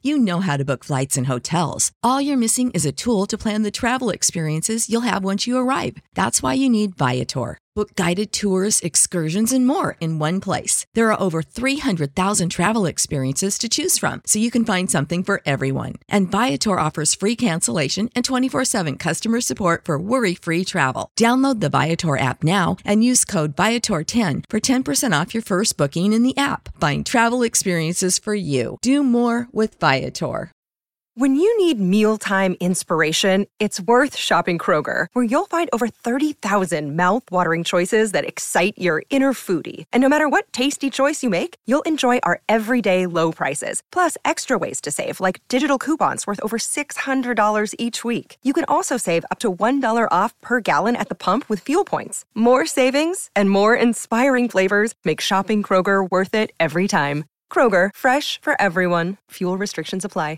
You know how to book flights and hotels. All you're missing is a tool to plan the travel experiences you'll have once you arrive. That's why you need Viator. Book guided tours, excursions, and more in one place. There are over 300,000 travel experiences to choose from, so you can find something for everyone. And Viator offers free cancellation and 24/7 customer support for worry-free travel. Download the Viator app now and use code Viator10 for 10% off your first booking in the app. Find travel experiences for you. Do more with Viator. When you need mealtime inspiration, it's worth shopping Kroger, where you'll find over 30,000 mouth-watering choices that excite your inner foodie. And no matter what tasty choice you make, you'll enjoy our everyday low prices, plus extra ways to save, like digital coupons worth over $600 each week. You can also save up to $1 off per gallon at the pump with fuel points. More savings and more inspiring flavors make shopping Kroger worth it every time. Kroger, fresh for everyone. Fuel restrictions apply.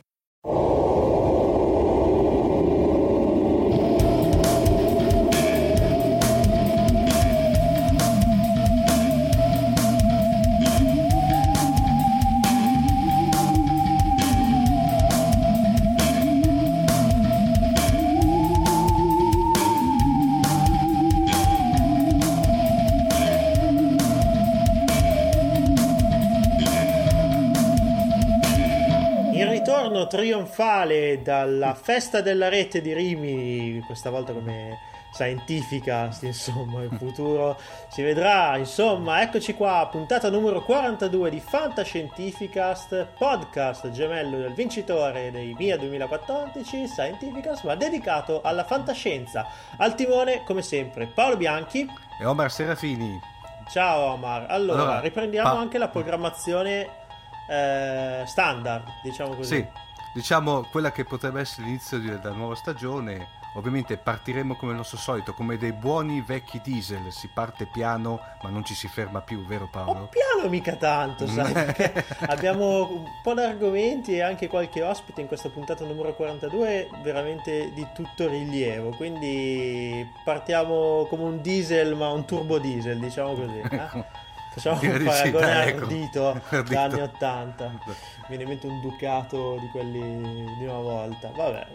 Trionfale dalla festa della rete di Rimini, questa volta come Scientificast, insomma in futuro si vedrà. Insomma, eccoci qua, puntata numero 42 di Fantascientificast, podcast gemello del vincitore dei MIA 2014, Scientificast, ma dedicato alla fantascienza. Al timone, come sempre, Paolo Bianchi e Omar Serafini. Ciao Omar. Allora riprendiamo anche la programmazione standard, diciamo così. Sì, diciamo quella che potrebbe essere l'inizio della nuova stagione. Ovviamente partiremo come il nostro solito, come dei buoni vecchi diesel, si parte piano ma non ci si ferma più, vero Paolo? Piano mica tanto, sai, perché abbiamo un po' di argomenti e anche qualche ospite in questa puntata numero 42 veramente di tutto rilievo, quindi partiamo come un diesel ma un turbo diesel, diciamo così. Facciamo un paragone ardito da anni 80. Mi viene in mente un Ducato di quelli di una volta. Vabbè.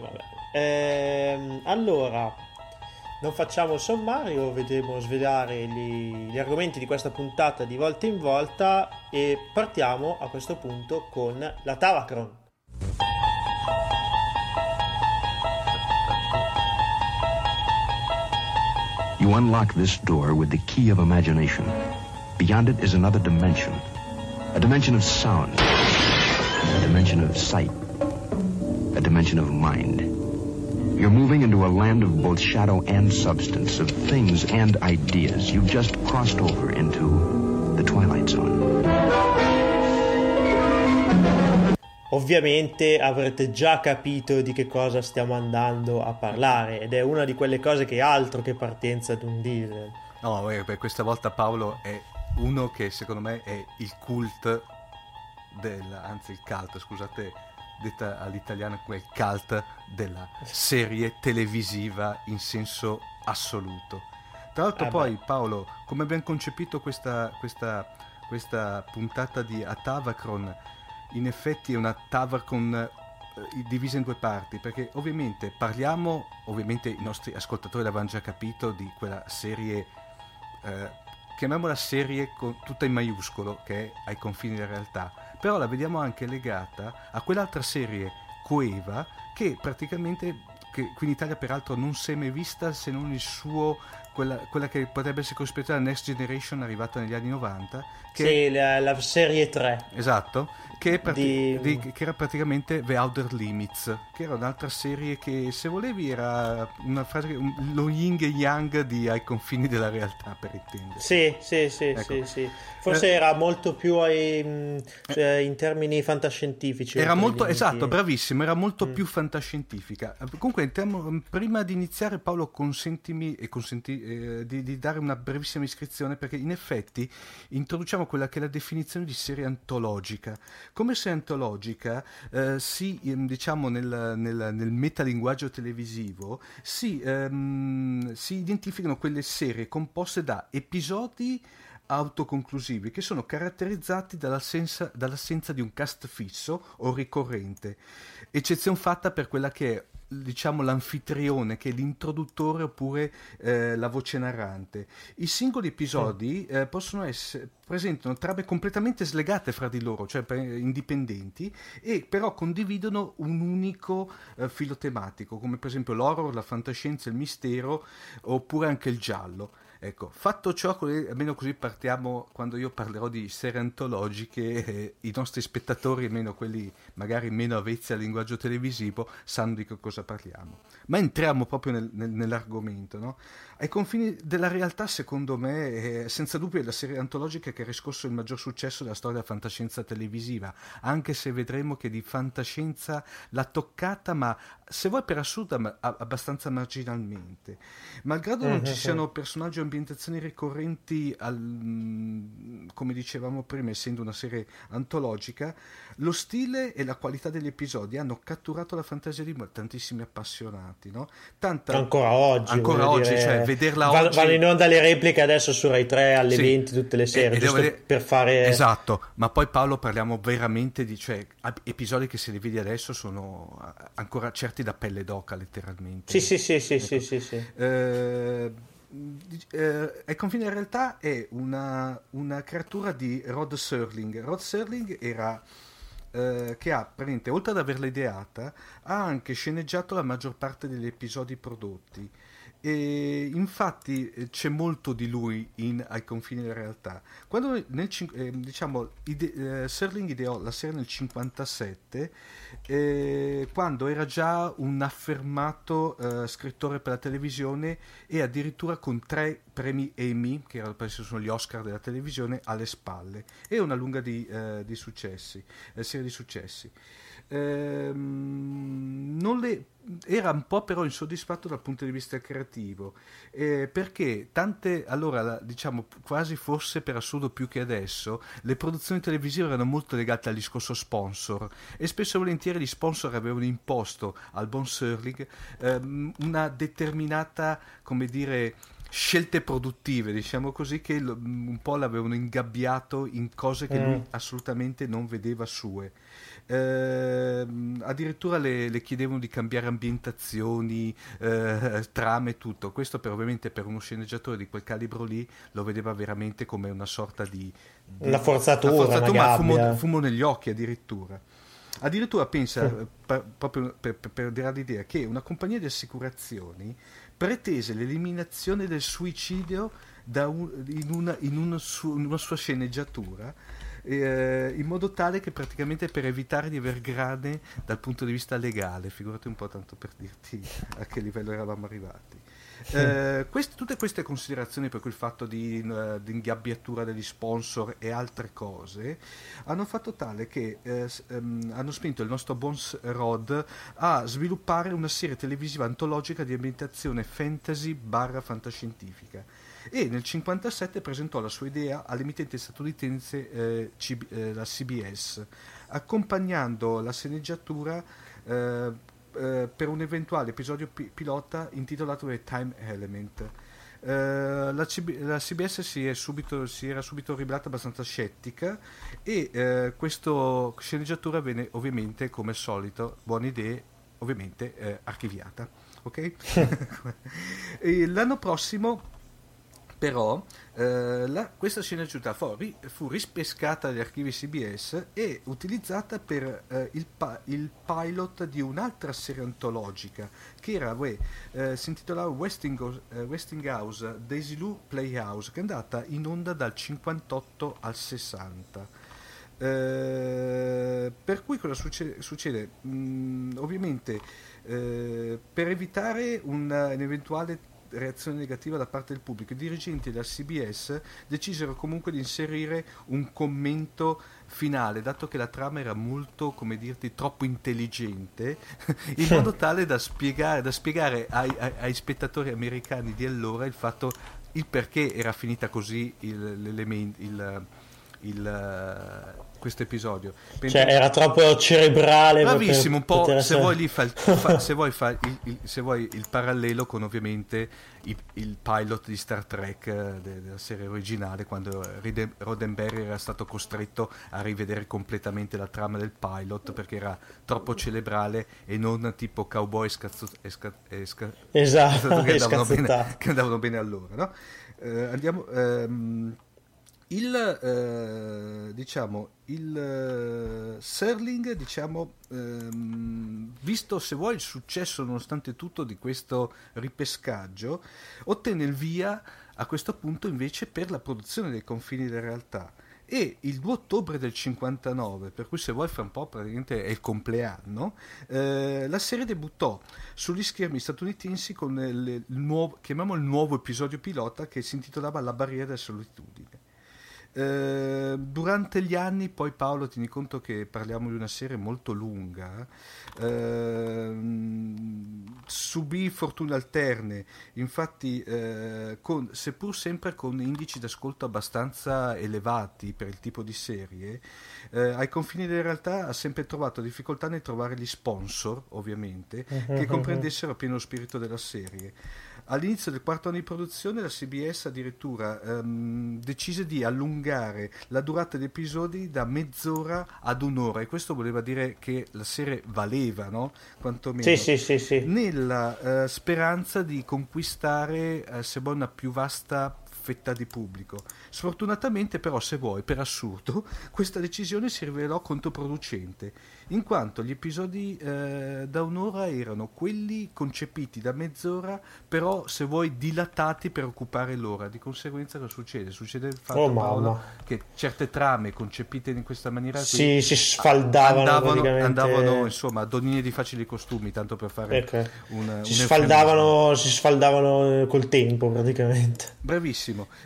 Allora, non facciamo il sommario, vedremo svelare gli argomenti di questa puntata di volta in volta e partiamo a questo punto con la Tavacron. You unlock this door with the key of imagination. Beyond it is another dimension. A dimension of sound. A dimension of sight. A dimension of mind. You're moving into a land of both shadow and substance, of things and ideas. You've just crossed over into the Twilight Zone. Ovviamente avrete già capito di che cosa stiamo andando a parlare, ed è una di quelle cose che altro che partenza di un diesel. No, per questa volta Paolo è uno che secondo me è il cult anzi il cult, scusate, detta all'italiana come il cult della serie televisiva in senso assoluto. Tra l'altro poi Paolo, come abbiamo concepito questa puntata di Atavacron, in effetti è una Tavacron divisa in due parti, perché ovviamente i nostri ascoltatori l'avranno già capito, di quella serie chiamiamola serie tutta in maiuscolo, che è ai confini della realtà, però la vediamo anche legata a quell'altra serie Coeva, che praticamente qui in Italia peraltro non si è mai vista, se non quella che potrebbe essere considerata la Next Generation, arrivata negli anni 90, che la serie 3, esatto, che era praticamente The Outer Limits, che era un'altra serie che, se volevi, era una frase, lo yin e yang di ai confini della realtà, per intendere. Sì, ecco. Sì. Forse era molto più in termini fantascientifici. Era molto, esatto, bravissimo, era molto più fantascientifica. Comunque, prima di iniziare, Paolo, consentimi di dare una brevissima iscrizione, perché in effetti introduciamo quella che è la definizione di serie antologica. Come serie antologica diciamo nel metalinguaggio televisivo si identificano quelle serie composte da episodi autoconclusivi, che sono caratterizzati dall'assenza di un cast fisso o ricorrente, eccezione fatta per quella che è, diciamo, l'anfitrione, che è l'introduttore oppure la voce narrante. I singoli episodi presentano trame completamente slegate fra di loro, cioè indipendenti, e però condividono un unico filo tematico, come per esempio l'horror, la fantascienza, il mistero, oppure anche il giallo. Ecco, fatto ciò, almeno così partiamo, quando io parlerò di serie antologiche, i nostri spettatori, almeno quelli magari meno avvezzi al linguaggio televisivo, sanno di che cosa parliamo. Ma entriamo proprio nell'argomento, no? Ai confini della realtà, secondo me, senza dubbio è la serie antologica che ha riscosso il maggior successo della storia della fantascienza televisiva, anche se vedremo che di fantascienza l'ha toccata, ma se vuoi per assurdo abbastanza marginalmente. Malgrado non ci siano personaggi o ambientazioni ricorrenti, come dicevamo prima, essendo una serie antologica, lo stile e la qualità degli episodi hanno catturato la fantasia di tantissimi appassionati, no? Ancora oggi, cioè vederla oggi. Vanno in onda le repliche adesso su Rai 3 alle 20 tutte le sere, per fare... Esatto, ma poi Paolo parliamo veramente di, cioè, episodi che se li vedi adesso sono ancora certi da pelle d'oca, letteralmente. Sì. Ai confini della realtà è una creatura di Rod Serling. Rod Serling era che ha, praticamente, oltre ad averla ideata, ha anche sceneggiato la maggior parte degli episodi prodotti. E infatti c'è molto di lui ai confini della realtà. Quando Serling ideò la serie nel 1957, quando era già un affermato scrittore per la televisione, e addirittura con 3 premi Emmy, che sono gli Oscar della televisione, alle spalle, e una lunga di successi, serie di successi. Era un po' però insoddisfatto dal punto di vista creativo, perché diciamo quasi forse per assurdo più che adesso, le produzioni televisive erano molto legate al discorso sponsor, e spesso e volentieri gli sponsor avevano imposto al buon Serling una determinata, come dire, scelte produttive, diciamo così, che un po' l'avevano ingabbiato in cose che lui assolutamente non vedeva sue. Addirittura le chiedevano di cambiare ambientazioni, trame, tutto questo, ovviamente per uno sceneggiatore di quel calibro lì lo vedeva veramente come una sorta di una forzatura, ma fumo negli occhi addirittura pensa, proprio per dare l'idea, che una compagnia di assicurazioni pretese l'eliminazione del suicidio in una sua sceneggiatura, in modo tale che, praticamente, per evitare di aver grane dal punto di vista legale. Figurati un po', tanto per dirti a che livello eravamo arrivati. Tutte queste considerazioni, per quel fatto di ingabbiatura degli sponsor e altre cose, hanno fatto tale che hanno spinto il nostro buon Rod a sviluppare una serie televisiva antologica di ambientazione fantasy / fantascientifica, e nel 1957 presentò la sua idea all'emittente statunitense la CBS, accompagnando la sceneggiatura per un eventuale episodio pilota intitolato The Time Element. La CBS si era subito rivelata abbastanza scettica, e questa sceneggiatura venne, ovviamente, come al solito, buone idee, ovviamente archiviata. Ok? L'anno prossimo, però, questa sceneggiatura fu rispescata dagli archivi CBS e utilizzata per il pilot di un'altra serie antologica che si intitolava Westinghouse Desilu Playhouse, che è andata in onda dal 58 al 60. Per cui cosa succede? Ovviamente, per evitare un'eventuale reazione negativa da parte del pubblico, i dirigenti della CBS decisero comunque di inserire un commento finale, dato che la trama era molto, come dirti, troppo intelligente, in modo tale da spiegare ai spettatori americani di allora il perché era finita così questo episodio. Cioè era troppo cerebrale. Bravissimo, un po' se vuoi il parallelo con ovviamente il pilot di Star Trek della serie originale, quando Roddenberry era stato costretto a rivedere completamente la trama del pilot perché era troppo cerebrale e non tipo cowboy esatto, che andavano bene allora, no? Andiamo il Serling, visto se vuoi il successo nonostante tutto di questo ripescaggio, ottenne il via a questo punto invece per la produzione dei confini della realtà, e il 2 ottobre del 59, per cui se vuoi fra un po' praticamente è il compleanno, la serie debuttò sugli schermi statunitensi con il nuovo episodio pilota che si intitolava La barriera della solitudine. Durante gli anni poi, Paolo, tieni conto che parliamo di una serie molto lunga, subì fortune alterne, infatti seppur sempre con indici d'ascolto abbastanza elevati per il tipo di serie, ai confini della realtà ha sempre trovato difficoltà nel trovare gli sponsor, ovviamente, che comprendessero appieno lo spirito della serie. All'inizio del quarto anno di produzione la CBS addirittura decise di allungare la durata degli episodi da mezz'ora ad un'ora, e questo voleva dire che la serie valeva, no? Quantomeno sì. Nella speranza di conquistare se vuoi una più vasta fetta di pubblico. Sfortunatamente però, se vuoi, per assurdo, questa decisione si rivelò controproducente, in quanto gli episodi da un'ora erano quelli concepiti da mezz'ora, però se vuoi dilatati per occupare l'ora. Di conseguenza cosa succede? Succede il fatto, Paolo, che certe trame concepite in questa maniera si sfaldavano, andavano insomma a donine di facili costumi, tanto per fare si sfaldavano col tempo praticamente. Bravissimo.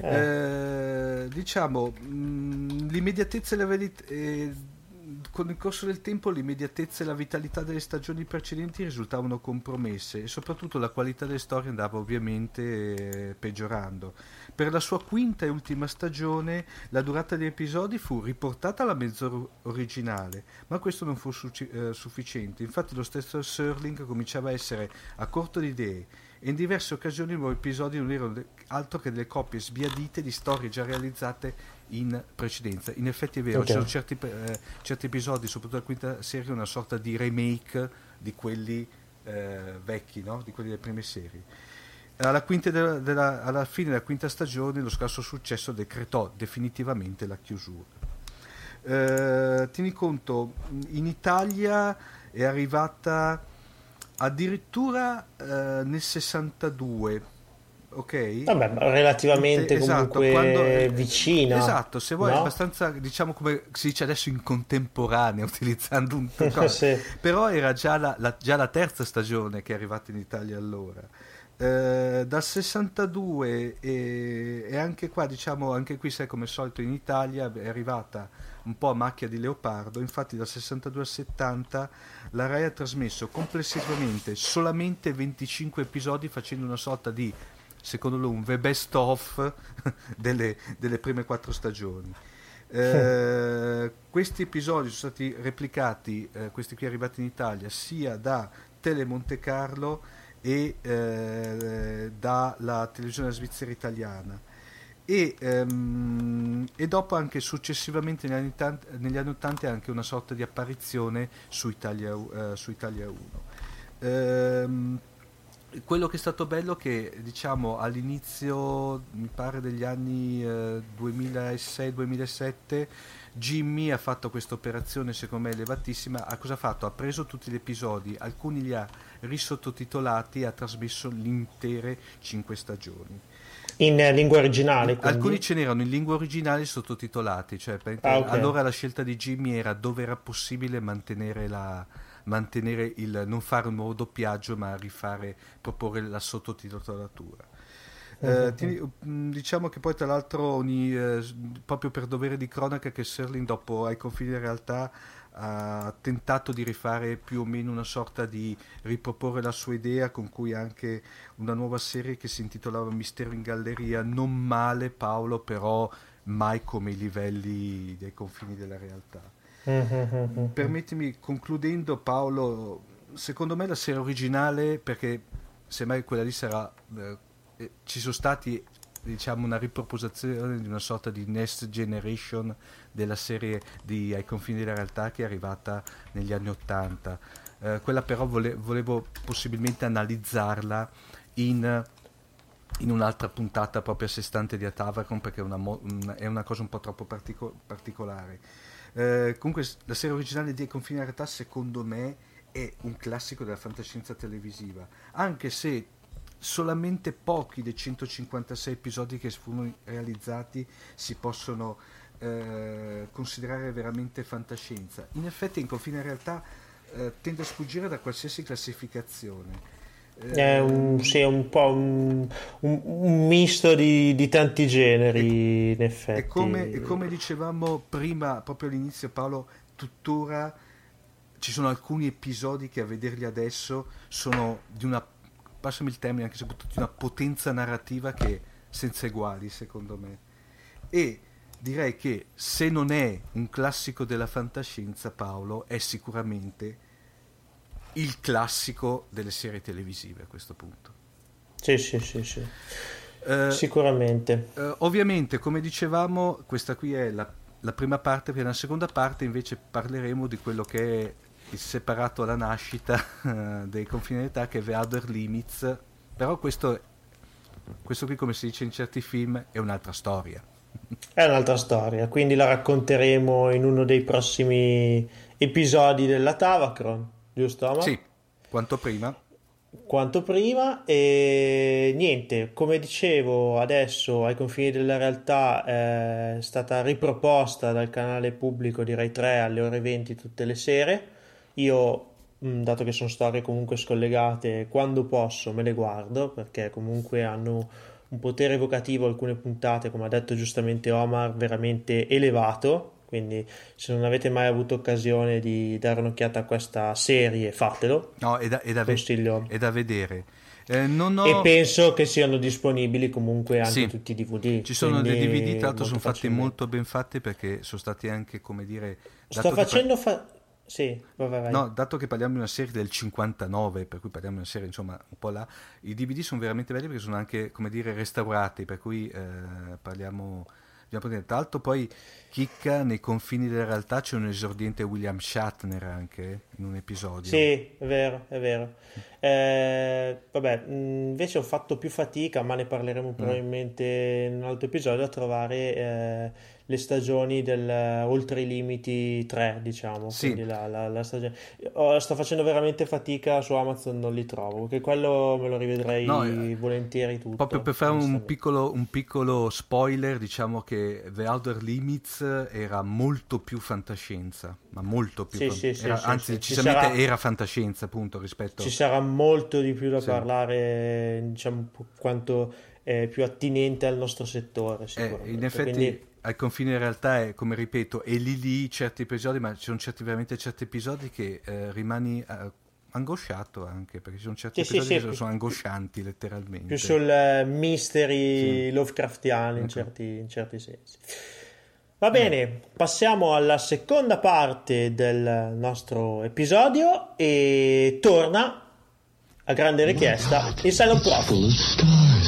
L'immediatezza e la verità, con il corso del tempo l'immediatezza e la vitalità delle stagioni precedenti risultavano compromesse, e soprattutto la qualità delle storie andava ovviamente peggiorando. Per la sua quinta e ultima stagione la durata degli episodi fu riportata alla mezz'ora originale, ma questo non fu sufficiente. Infatti lo stesso Serling cominciava a essere a corto di idee, e in diverse occasioni i nuovi episodi non erano altro che delle copie sbiadite di storie già realizzate in precedenza. In effetti è vero, ci sono certi episodi, soprattutto la quinta serie, una sorta di remake di quelli vecchi, no? Di quelli delle prime serie. Alla fine della quinta stagione lo scarso successo decretò definitivamente la chiusura. Tieni conto, in Italia è arrivata addirittura nel 62, ok? Vabbè, relativamente comunque vicina. Esatto, se vuoi, no? abbastanza, diciamo, come si dice adesso, in contemporanea, utilizzando un sì. Però era già la terza stagione che è arrivata in Italia allora. Dal 62 e anche qua, diciamo, anche qui, sai, come al solito in Italia è arrivata un po' a macchia di leopardo. Infatti dal 62 al 70 la Rai ha trasmesso complessivamente solamente 25 episodi, facendo una sorta di, secondo lui, un the best of delle prime 4 stagioni. Questi episodi sono stati replicati, questi qui arrivati in Italia, sia da Tele Monte Carlo e dalla televisione svizzera italiana, e dopo anche successivamente negli anni 80 anche una sorta di apparizione su Italia 1. Quello che è stato bello è che, diciamo, all'inizio, mi pare, degli anni 2006-2007, Jimmy ha fatto questa operazione secondo me elevatissima. Cosa ha fatto? Ha preso tutti gli episodi, alcuni li ha risottotitolati e ha trasmesso l'intere 5 stagioni. In lingua originale, quindi? Alcuni ce n'erano in lingua originale sottotitolati, cioè allora la scelta di Jimmy era, dove era possibile, mantenere il non fare un nuovo doppiaggio, ma proporre la sottotitolatura. Diciamo che poi, tra l'altro, proprio per dovere di cronaca, che Serling, dopo Ai confini della realtà, ha tentato di rifare più o meno una sorta di riproporre la sua idea, con cui anche una nuova serie che si intitolava Mistero in galleria, non male, Paolo, però mai come i livelli dei confini della realtà. Permettimi, concludendo, Paolo, secondo me la serie originale, perché semmai quella lì sarà ci sono stati, diciamo, una riproposizione di una sorta di next generation della serie di Ai confini della realtà, che è arrivata negli anni '80. Quella però volevo possibilmente analizzarla in un'altra puntata proprio a sé stante di Atavacon, perché è una cosa un po' troppo particolare. Comunque la serie originale di Ai confini della realtà secondo me è un classico della fantascienza televisiva, anche se solamente pochi dei 156 episodi che furono realizzati si possono considerare veramente fantascienza. In effetti in confine in realtà tende a sfuggire da qualsiasi classificazione. È un po' un misto di tanti generi, in effetti. E come dicevamo prima, proprio all'inizio, Paolo, tuttora ci sono alcuni episodi che a vederli adesso sono di una, passami il termine, anche soprattutto di una potenza narrativa che è senza eguali, secondo me. E direi che se non è un classico della fantascienza, Paolo, è sicuramente il classico delle serie televisive a questo punto. Sì. Sicuramente. Ovviamente, come dicevamo, questa qui è la prima parte, perché nella seconda parte invece parleremo di quello che è il separato alla nascita dei confini dell'età, che è The Outer Limits, però questo qui, come si dice in certi film, è un'altra storia. È un'altra storia, quindi la racconteremo in uno dei prossimi episodi della Tavacron, giusto, Omar? Sì, quanto prima. E niente, come dicevo, adesso Ai confini della realtà è stata riproposta dal canale pubblico di Rai 3 alle ore 20 tutte le sere. Io, dato che sono storie comunque scollegate, quando posso me le guardo, perché comunque hanno un potere evocativo alcune puntate, come ha detto giustamente Omar, veramente elevato. Quindi se non avete mai avuto occasione di dare un'occhiata a questa serie, fatelo. No, è da vedere. E penso che siano disponibili comunque anche sì, tutti i DVD. Ci sono dei DVD, tra l'altro sono fatti molto ben fatti, perché sono stati anche, come dire... Sì, vai. No, dato che parliamo di una serie del 59, per cui parliamo di una serie insomma un po' là, i DVD sono veramente belli perché sono anche, come dire, restaurati, per cui parliamo... Tra l'altro poi chicca, nei confini della realtà c'è un esordiente William Shatner anche in un episodio. Sì, è vero. Invece ho fatto più fatica, ma ne parleremo probabilmente in un altro episodio, a trovare le stagioni del Oltre i limiti 3, diciamo. Sì. Quindi la stagione. Sto facendo veramente fatica, su Amazon non li trovo, perché quello me lo rivedrei volentieri tutto. Proprio per fare un piccolo spoiler, diciamo che The Outer Limits era molto più fantascienza, ma molto più decisamente era fantascienza, appunto, rispetto... Ci sarà molto di più da parlare, diciamo, quanto è più attinente al nostro settore, sicuramente. In effetti, quindi... Ai confini in realtà è, come ripeto, è lì certi episodi, ma ci sono veramente certi episodi che rimani angosciato anche, perché ci sono certi episodi che sono angoscianti letteralmente. Più sul mystery Lovecraftiano in certi sensi. Va bene, passiamo alla seconda parte del nostro episodio e torna, a grande richiesta, il Silent Prophet.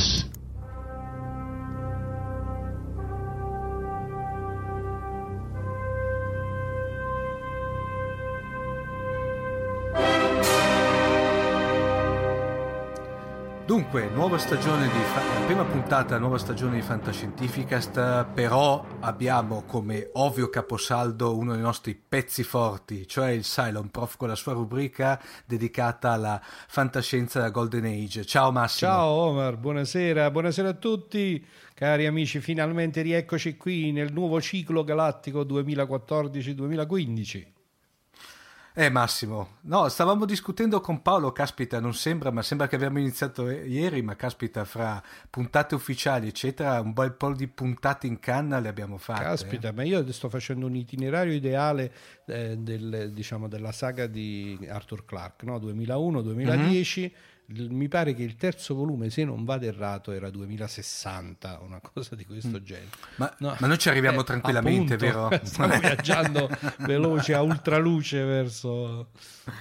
Dunque, nuova stagione prima puntata, nuova stagione di Fantascientificast, però abbiamo come ovvio caposaldo uno dei nostri pezzi forti, cioè il Cylon Prof con la sua rubrica dedicata alla fantascienza della Golden Age. Ciao Massimo. Ciao Omar, buonasera a tutti, cari amici, finalmente rieccoci qui nel nuovo ciclo galattico 2014-2015. Massimo, no, stavamo discutendo con Paolo, caspita, non sembra, ma sembra che abbiamo iniziato ieri, ma caspita, fra puntate ufficiali eccetera, un bel po' di puntate in canna le abbiamo fatte. Caspita, ma io sto facendo un itinerario ideale della saga di Arthur Clarke, no? 2001-2010, mi pare che il terzo volume, se non vado errato, era 2060, una cosa di questo genere. Ma noi ci arriviamo tranquillamente, appunto, vero? Stiamo viaggiando veloce a ultraluce verso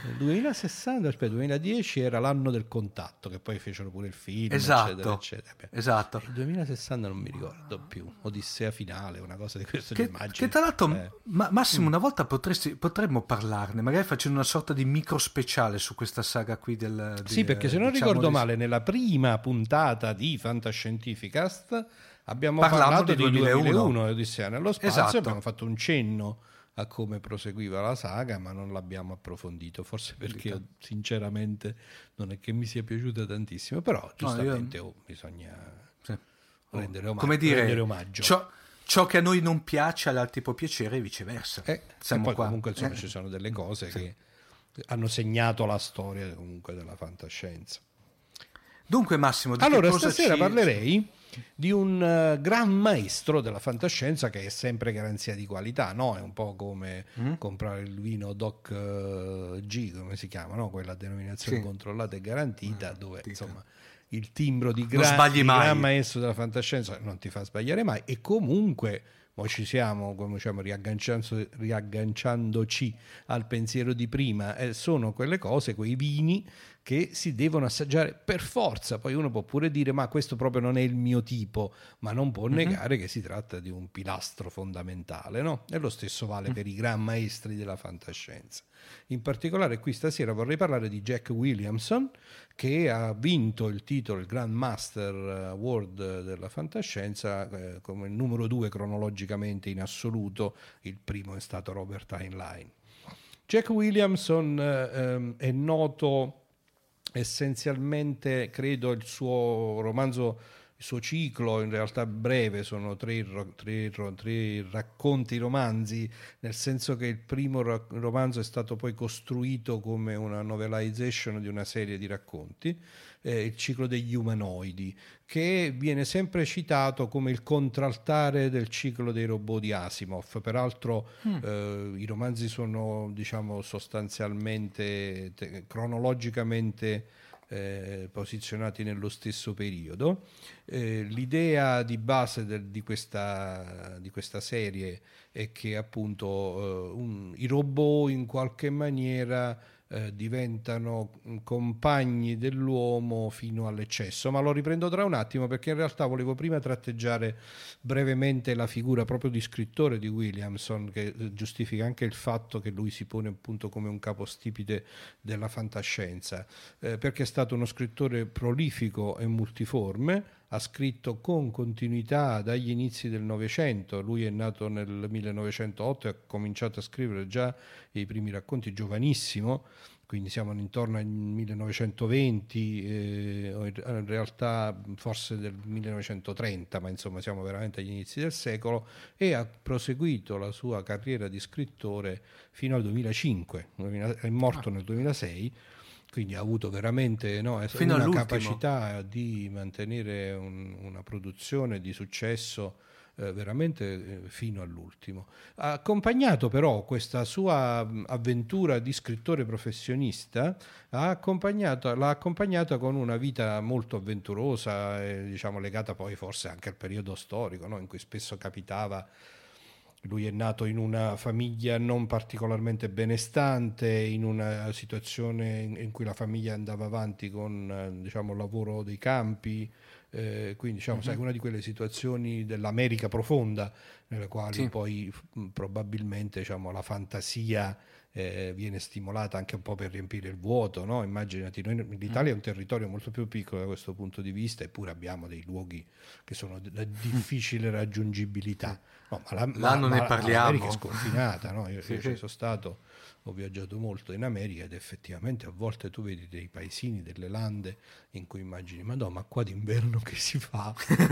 2060. Aspetta, 2010 era l'anno del contatto, che poi fecero pure il film, eccetera, eccetera. Esatto. Il 2060 non mi ricordo più. Odissea finale, una cosa di questo genere. Che tra l'altro, Massimo, una volta potremmo parlarne, magari facendo una sorta di micro speciale su questa saga qui sì, perché se non ricordo male, nella prima puntata di Fantascientificast abbiamo parlato di 2001 Odissea nello spazio, esatto. Abbiamo fatto un cenno a come proseguiva la saga, ma non l'abbiamo approfondito, forse perché sinceramente non è che mi sia piaciuta tantissimo, però giustamente bisogna rendere omaggio. Come dire, rendere omaggio. Ciò che a noi non piace all'altri può piacere e viceversa. Siamo poi qua. Comunque insomma ci sono delle cose che hanno segnato la storia comunque della fantascienza. Dunque Massimo, allora stasera parlerei di un gran maestro della fantascienza che è sempre garanzia di qualità, no? È un po' come comprare il vino Doc G, come si chiama, no? Quella denominazione controllata e garantita, dove insomma il timbro di gran maestro della fantascienza non ti fa sbagliare mai, e comunque poi ci siamo, come diciamo, riagganciandoci al pensiero di prima, sono quelle cose, quei vini che si devono assaggiare per forza. Poi uno può pure dire ma questo proprio non è il mio tipo, ma non può negare che si tratta di un pilastro fondamentale, no? E lo stesso vale per i gran maestri della fantascienza. In particolare qui stasera vorrei parlare di Jack Williamson, che ha vinto il titolo, il Grand Master Award della fantascienza, come il numero 2 cronologicamente in assoluto. Il primo è stato Robert Heinlein. Jack Williamson è noto essenzialmente, credo, il suo romanzo, il suo ciclo in realtà breve, sono tre racconti romanzi, nel senso che il primo romanzo è stato poi costruito come una novelization di una serie di racconti, il ciclo degli umanoidi, che viene sempre citato come il contraltare del ciclo dei robot di Asimov. Peraltro i romanzi sono, diciamo, sostanzialmente cronologicamente posizionati nello stesso periodo. L'idea di base di questa serie è che appunto i robot in qualche maniera diventano compagni dell'uomo fino all'eccesso, ma lo riprendo tra un attimo perché in realtà volevo prima tratteggiare brevemente la figura proprio di scrittore di Williamson, che giustifica anche il fatto che lui si pone appunto come un capostipite della fantascienza, perché è stato uno scrittore prolifico e multiforme. Ha scritto con continuità dagli inizi del Novecento. Lui è nato nel 1908 e ha cominciato a scrivere già i primi racconti giovanissimo, quindi siamo intorno al 1920, in realtà forse del 1930, ma insomma siamo veramente agli inizi del secolo, e ha proseguito la sua carriera di scrittore fino al 2005, è morto nel 2006. Quindi ha avuto veramente una capacità di mantenere una produzione di successo veramente fino all'ultimo. Ha accompagnato però questa sua avventura di scrittore professionista, l'ha accompagnata con una vita molto avventurosa, diciamo legata poi forse anche al periodo storico, no? In cui spesso capitava. Lui è nato in una famiglia non particolarmente benestante, in una situazione in cui la famiglia andava avanti con diciamo, il lavoro dei campi, quindi diciamo, sai, una di quelle situazioni dell'America profonda nelle quali poi probabilmente diciamo, la fantasia viene stimolata anche un po' per riempire il vuoto, no? Immaginati, l'Italia è un territorio molto più piccolo da questo punto di vista, eppure abbiamo dei luoghi che sono di difficile raggiungibilità. No, ma ne parliamo. L'America è sconfinata, no? Io ci sono stato, ho viaggiato molto in America ed effettivamente a volte tu vedi dei paesini, delle lande in cui immagini, ma qua d'inverno che si fa?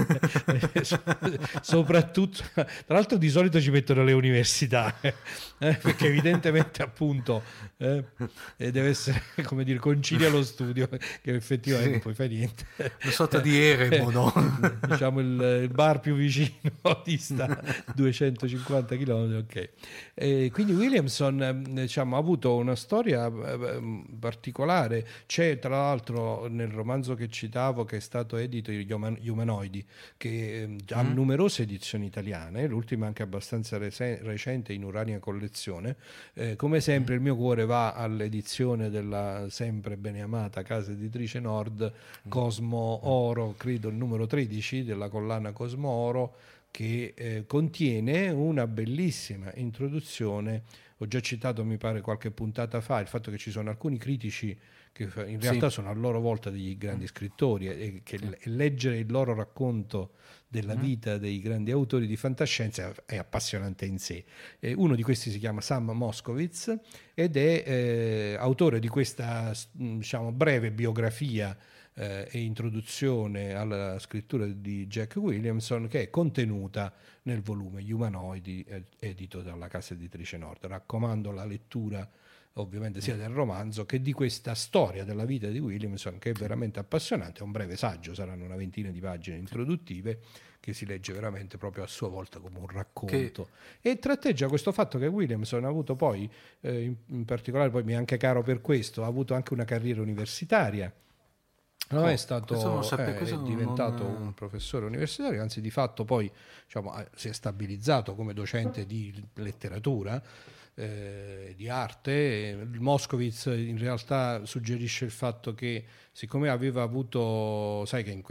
Soprattutto, tra l'altro di solito ci mettono le università, perché evidentemente appunto deve essere, come dire, concilia lo studio, che effettivamente non puoi fare niente. Una sorta di eremo, no? Diciamo il bar più vicino dista 250 km, ok. Quindi Williamson, diciamo, diciamo, ha avuto una storia particolare. C'è tra l'altro nel romanzo che citavo, che è stato edito, Gli Umanoidi, che ha numerose edizioni italiane, l'ultima anche abbastanza recente in Urania Collezione. Come sempre il mio cuore va all'edizione della sempre beneamata casa editrice Nord, Cosmo Oro, credo il numero 13 della collana Cosmo Oro, che contiene una bellissima introduzione. Ho già citato, mi pare, qualche puntata fa, il fatto che ci sono alcuni critici che in realtà sono a loro volta degli grandi scrittori, e che leggere il loro racconto della vita dei grandi autori di fantascienza è appassionante in sé. Uno di questi si chiama Sam Moskowitz ed è autore di questa, diciamo, breve biografia e introduzione alla scrittura di Jack Williamson, che è contenuta nel volume Gli Umanoidi, edito dalla casa editrice Nord. Raccomando la lettura ovviamente sia del romanzo che di questa storia della vita di Williamson, che è veramente appassionante. È un breve saggio, saranno una ventina di pagine introduttive, che si legge veramente proprio a sua volta come un racconto, e tratteggia questo fatto che Williamson ha avuto poi, in particolare, poi mi è anche caro per questo, ha avuto anche una carriera universitaria. No, è stato è diventato un professore universitario, anzi di fatto poi, diciamo, si è stabilizzato come docente di letteratura, di arte. Moskowitz in realtà suggerisce il fatto che, siccome aveva avuto, sai che in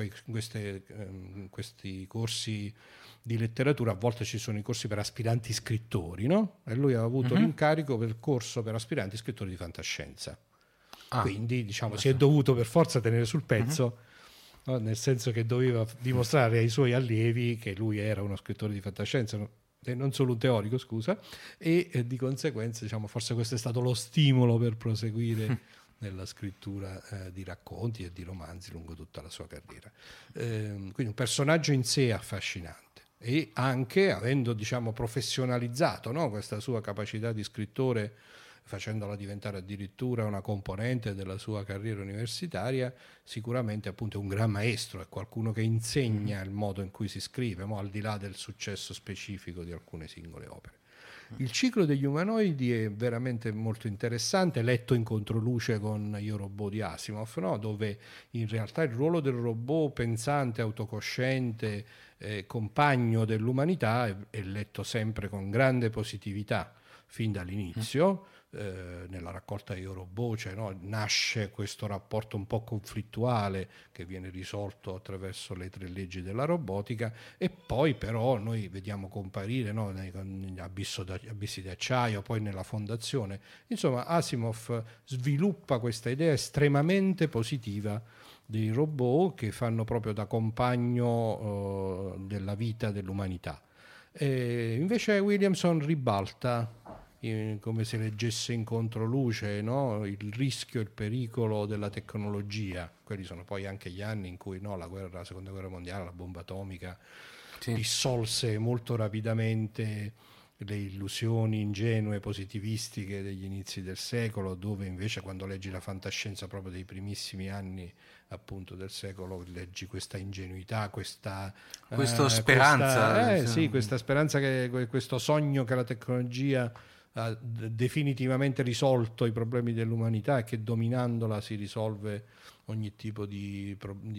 questi corsi di letteratura a volte ci sono i corsi per aspiranti scrittori, no? E lui aveva avuto l'incarico per il corso per aspiranti scrittori di fantascienza. Quindi, diciamo, si è dovuto per forza tenere sul pezzo, no? Nel senso che doveva dimostrare ai suoi allievi che lui era uno scrittore di fantascienza, non solo un teorico, scusa, e di conseguenza, diciamo, forse questo è stato lo stimolo per proseguire nella scrittura di racconti e di romanzi lungo tutta la sua carriera. Quindi un personaggio in sé affascinante, e anche avendo, diciamo, professionalizzato, no, questa sua capacità di scrittore, facendola diventare addirittura una componente della sua carriera universitaria, sicuramente appunto è un gran maestro, è qualcuno che insegna il modo in cui si scrive, al di là del successo specifico di alcune singole opere. Il ciclo degli umanoidi è veramente molto interessante, letto in controluce con Io Robot di Asimov, no? Dove in realtà il ruolo del robot pensante, autocosciente, compagno dell'umanità è letto sempre con grande positività fin dall'inizio. Nella raccolta Io Robot, cioè, no, nasce questo rapporto un po' conflittuale che viene risolto attraverso le 3 leggi della robotica, e poi però noi vediamo comparire, no, negli Abissi di Acciaio, poi nella Fondazione. Insomma, Asimov sviluppa questa idea estremamente positiva dei robot che fanno proprio da compagno della vita dell'umanità. Invece Williamson ribalta, come se leggesse in controluce, no, il rischio e il pericolo della tecnologia. Quelli sono poi anche gli anni in cui, no, la seconda guerra mondiale, la bomba atomica dissolse molto rapidamente le illusioni ingenue positivistiche degli inizi del secolo, dove invece, quando leggi la fantascienza proprio dei primissimi anni appunto del secolo, leggi questa ingenuità, questa speranza, questa speranza, che questo sogno che la tecnologia ha definitivamente risolto i problemi dell'umanità, e che dominandola si risolve ogni tipo di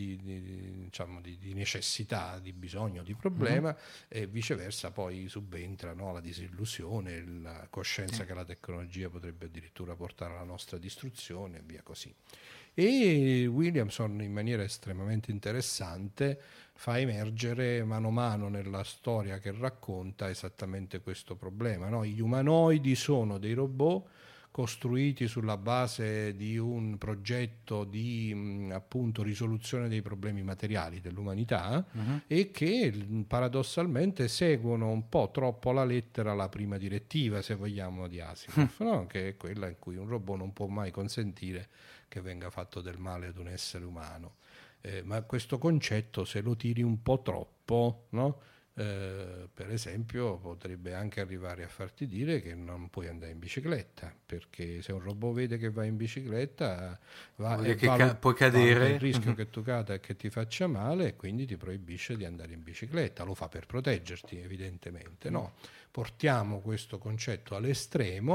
necessità, di bisogno, di problema, e viceversa poi subentra, no, la disillusione, la coscienza che la tecnologia potrebbe addirittura portare alla nostra distruzione, e via così. E Williamson, in maniera estremamente interessante, fa emergere mano a mano nella storia che racconta esattamente questo problema, no? Gli umanoidi sono dei robot costruiti sulla base di un progetto di appunto risoluzione dei problemi materiali dell'umanità, e che paradossalmente seguono un po' troppo alla lettera la prima direttiva, se vogliamo, di Asimov, no? Che è quella in cui un robot non può mai consentire che venga fatto del male ad un essere umano. Ma questo concetto, se lo tiri un po' troppo, no? Per esempio, potrebbe anche arrivare a farti dire che non puoi andare in bicicletta, perché se un robot vede che vai in bicicletta puoi cadere, il rischio che tu cada e che ti faccia male, e quindi ti proibisce di andare in bicicletta. Lo fa per proteggerti, evidentemente, no? Portiamo questo concetto all'estremo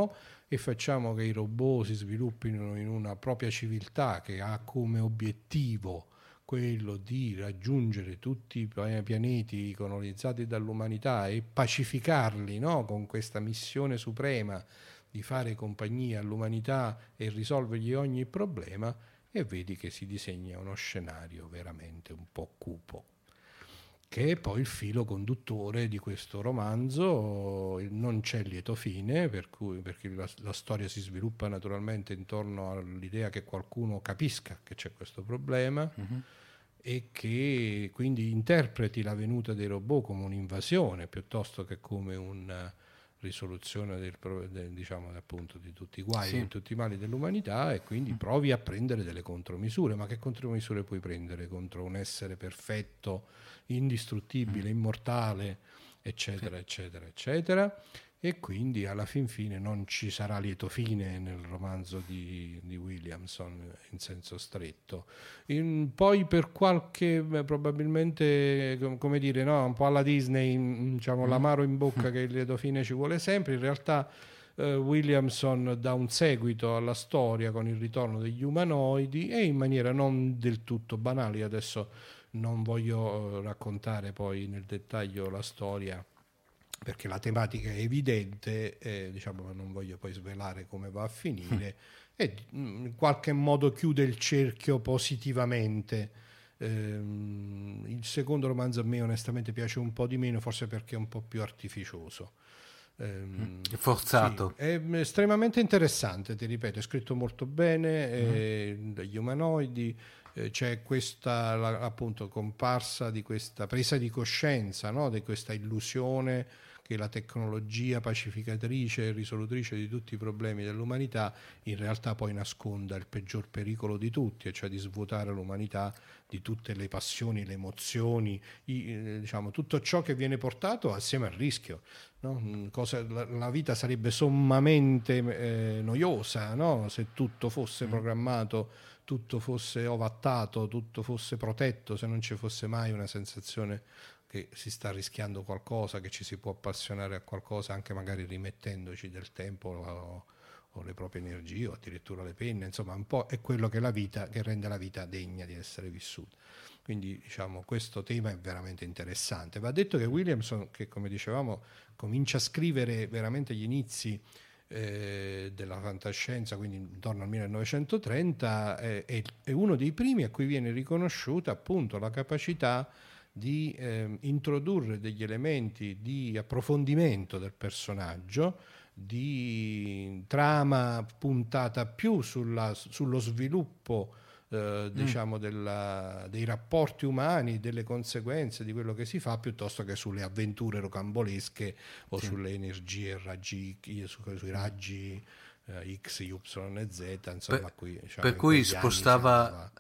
e facciamo che i robot si sviluppino in una propria civiltà che ha come obiettivo quello di raggiungere tutti i pianeti colonizzati dall'umanità e pacificarli, no? Con questa missione suprema di fare compagnia all'umanità e risolvergli ogni problema, e vedi che si disegna uno scenario veramente un po' cupo, che è poi il filo conduttore di questo romanzo. Non c'è lieto fine, perché la storia si sviluppa naturalmente intorno all'idea che qualcuno capisca che c'è questo problema, e che quindi interpreti la venuta dei robot come un'invasione piuttosto che come una risoluzione diciamo appunto di tutti i guai e tutti i mali dell'umanità, e quindi provi a prendere delle contromisure. Ma che contromisure puoi prendere contro un essere perfetto, indistruttibile, immortale, eccetera, eccetera, eccetera? E quindi alla fin fine non ci sarà lieto fine nel romanzo di Williamson in senso stretto. Poi per qualche, probabilmente, come dire, no, un po' alla Disney, diciamo, l'amaro in bocca che il lieto fine ci vuole sempre, in realtà Williamson dà un seguito alla storia con il ritorno degli umanoidi, e in maniera non del tutto banale. Adesso non voglio raccontare poi nel dettaglio la storia, perché la tematica è evidente, diciamo, non voglio poi svelare come va a finire, e in qualche modo chiude il cerchio positivamente. Il secondo romanzo a me onestamente piace un po' di meno, forse perché è un po' più artificioso. È forzato. Sì, è estremamente interessante, ti ripeto, è scritto molto bene, dagli umanoidi. C'è questa appunto comparsa di questa presa di coscienza, no? Di questa illusione che la tecnologia pacificatrice e risolutrice di tutti i problemi dell'umanità in realtà poi nasconda il peggior pericolo di tutti, e cioè di svuotare l'umanità di tutte le passioni, le emozioni, diciamo tutto ciò che viene portato assieme al rischio, no? La vita sarebbe sommamente noiosa, no? Se tutto fosse programmato, tutto fosse ovattato, tutto fosse protetto, se non ci fosse mai una sensazione che si sta rischiando qualcosa, che ci si può appassionare a qualcosa anche magari rimettendoci del tempo o le proprie energie o addirittura le penne, insomma un po' è quello che che rende la vita degna di essere vissuta. Quindi diciamo questo tema è veramente interessante. Va detto che Williamson, che come dicevamo comincia a scrivere veramente agli inizi della fantascienza, quindi intorno al 1930, è uno dei primi a cui viene riconosciuta appunto la capacità di introdurre degli elementi di approfondimento del personaggio, di trama puntata più sullo sviluppo diciamo dei rapporti umani, delle conseguenze di quello che si fa, piuttosto che sulle avventure rocambolesche o sulle energie sui raggi X, Y e Z, insomma, diciamo, per cui spostava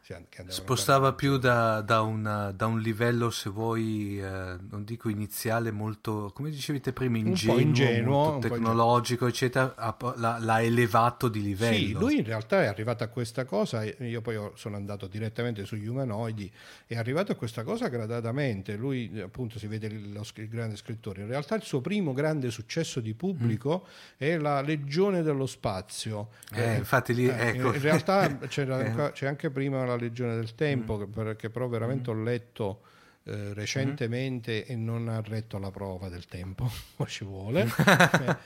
più da un livello, se vuoi, non dico iniziale, molto, come dicevete prima, ingenuo, molto tecnologico, eccetera, l'ha elevato di livello. Sì, lui in realtà è arrivato a questa cosa, io poi sono andato direttamente sugli umanoidi, è arrivato a questa cosa gradatamente. Lui appunto, si vede il grande scrittore, in realtà il suo primo grande successo di pubblico è la Legione dello Spazio, infatti lì ecco. In realtà c'è anche prima la Legione del Tempo, che però veramente ho letto recentemente e non ha retto alla prova del tempo, ma ci vuole. È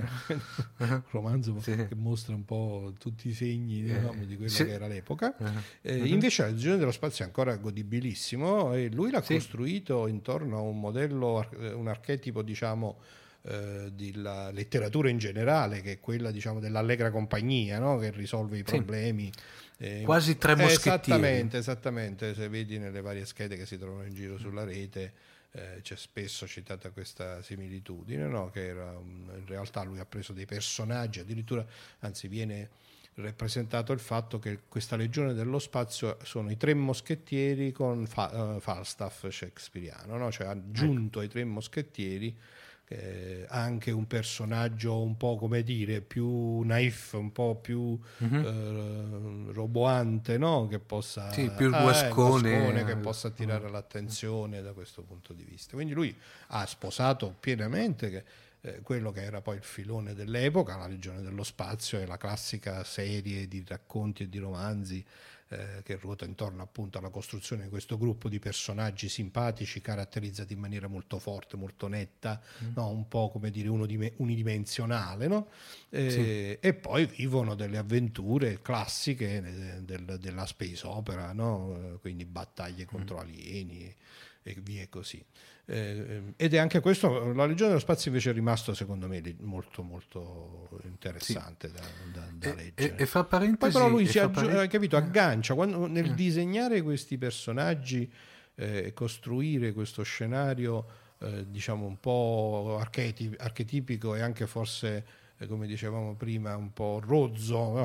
un romanzo che mostra un po' tutti i segni, diciamo, di quello che era l'epoca. Invece la Legione dello Spazio è ancora godibilissimo, e lui l'ha costruito intorno a un modello, un archetipo, diciamo, della letteratura in generale, che è quella, diciamo, dell'allegra compagnia, no? Che risolve i problemi. Quasi Tre Moschettieri. Esattamente, se vedi nelle varie schede che si trovano in giro sulla rete, c'è spesso citata questa similitudine, no? Che in realtà lui ha preso dei personaggi, addirittura, anzi viene rappresentato il fatto che questa Legione dello Spazio sono i Tre Moschettieri con Falstaff shakespeariano, no? Cioè ha aggiunto ai Tre Moschettieri anche un personaggio un po', come dire, più naif, un po' più roboante, no? Che possa più il guascone, che possa attirare l'attenzione da questo punto di vista. Quindi lui ha sposato pienamente quello che era poi il filone dell'epoca, La Legione dello Spazio, è la classica serie di racconti e di romanzi che ruota intorno appunto alla costruzione di questo gruppo di personaggi simpatici, caratterizzati in maniera molto forte, molto netta, no? Un po' come dire unidimensionale, no? E poi vivono delle avventure classiche della space opera, no? Quindi battaglie contro alieni e via così. Ed è anche questo, La Legione dello Spazio invece è rimasto secondo me molto molto interessante da leggere. E fa parentesi, poi però lui capito, aggancia nel disegnare questi personaggi e costruire questo scenario diciamo un po' archetipico e anche forse come dicevamo prima un po' rozzo,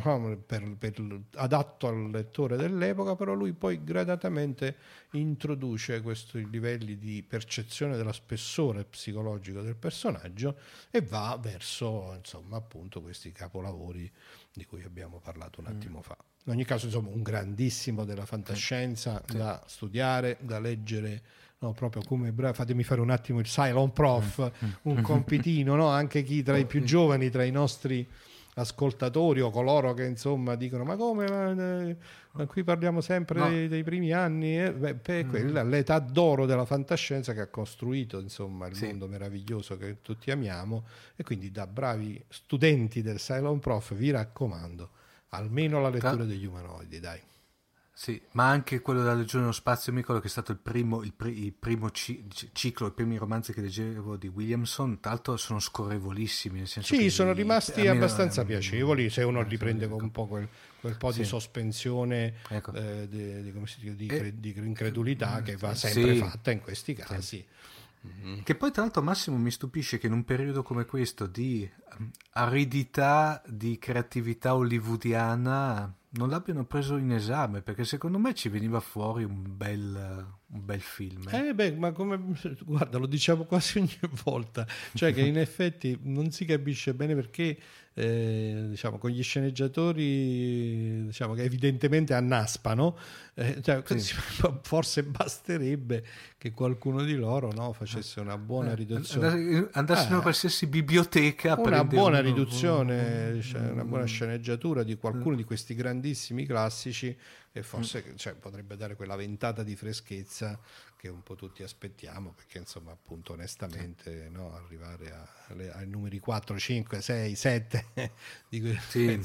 adatto al lettore dell'epoca, però lui poi gradatamente introduce questi livelli di percezione della spessore psicologico del personaggio e va verso insomma appunto questi capolavori di cui abbiamo parlato un attimo fa. In ogni caso insomma un grandissimo della fantascienza da studiare, da leggere. No, proprio come fatemi fare un attimo il Cylon Prof, un compitino, no? Anche chi tra i più giovani, tra i nostri ascoltatori o coloro che insomma dicono ma come ma qui parliamo sempre dei primi anni, quella è l'età d'oro della fantascienza che ha costruito insomma il mondo meraviglioso che tutti amiamo, e quindi da bravi studenti del Cylon Prof vi raccomando almeno la lettura degli umanoidi, dai. Sì, ma anche quello della Legione dello Spazio, mi ricordo che è stato il primo ciclo, i primi romanzi che leggevo di Williamson, tra l'altro sono scorrevolissimi, nel senso che sono rimasti abbastanza piacevoli se uno riprende con un po' quel po' di sospensione, ecco. di incredulità che va sempre fatta in questi casi. Che poi tra l'altro Massimo mi stupisce che in un periodo come questo di aridità, di creatività hollywoodiana non l'abbiano preso in esame, perché secondo me ci veniva fuori un bel film. Ma come guarda, lo diciamo quasi ogni volta, cioè che in effetti non si capisce bene perché diciamo con gli sceneggiatori diciamo che evidentemente annaspano, forse basterebbe che qualcuno di loro facesse una buona riduzione, andassero in qualsiasi biblioteca, una buona riduzione, una buona sceneggiatura di qualcuno di questi grandissimi classici, e forse potrebbe dare quella ventata di freschezza che un po' tutti aspettiamo, perché insomma appunto onestamente arrivare ai numeri 4, 5, 6, 7 di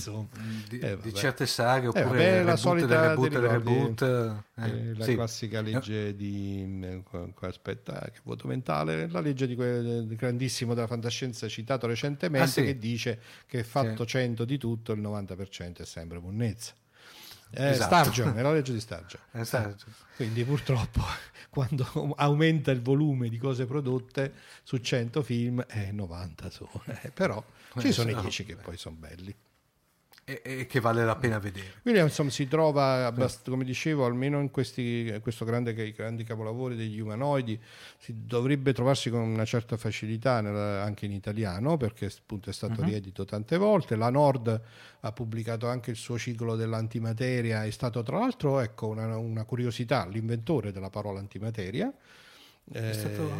certe saghe, oppure la solita reboot, la classica legge di aspetta, che vuoto mentale, la legge di quel grandissimo della fantascienza citato recentemente, che dice che fatto 100 di tutto il 90% è sempre monnezza. Sturgeon, è la legge di Sturgeon. Quindi purtroppo quando aumenta il volume di cose prodotte su 100 film 90 però ci sono i 10 che poi sono belli e che vale la pena vedere. Williamson si trova, come dicevo, almeno in questo i grandi capolavori degli umanoidi si dovrebbe trovarsi con una certa facilità anche in italiano, perché appunto è stato riedito tante volte. La Nord ha pubblicato anche il suo ciclo dell'antimateria, è stato tra l'altro una curiosità, l'inventore della parola antimateria. È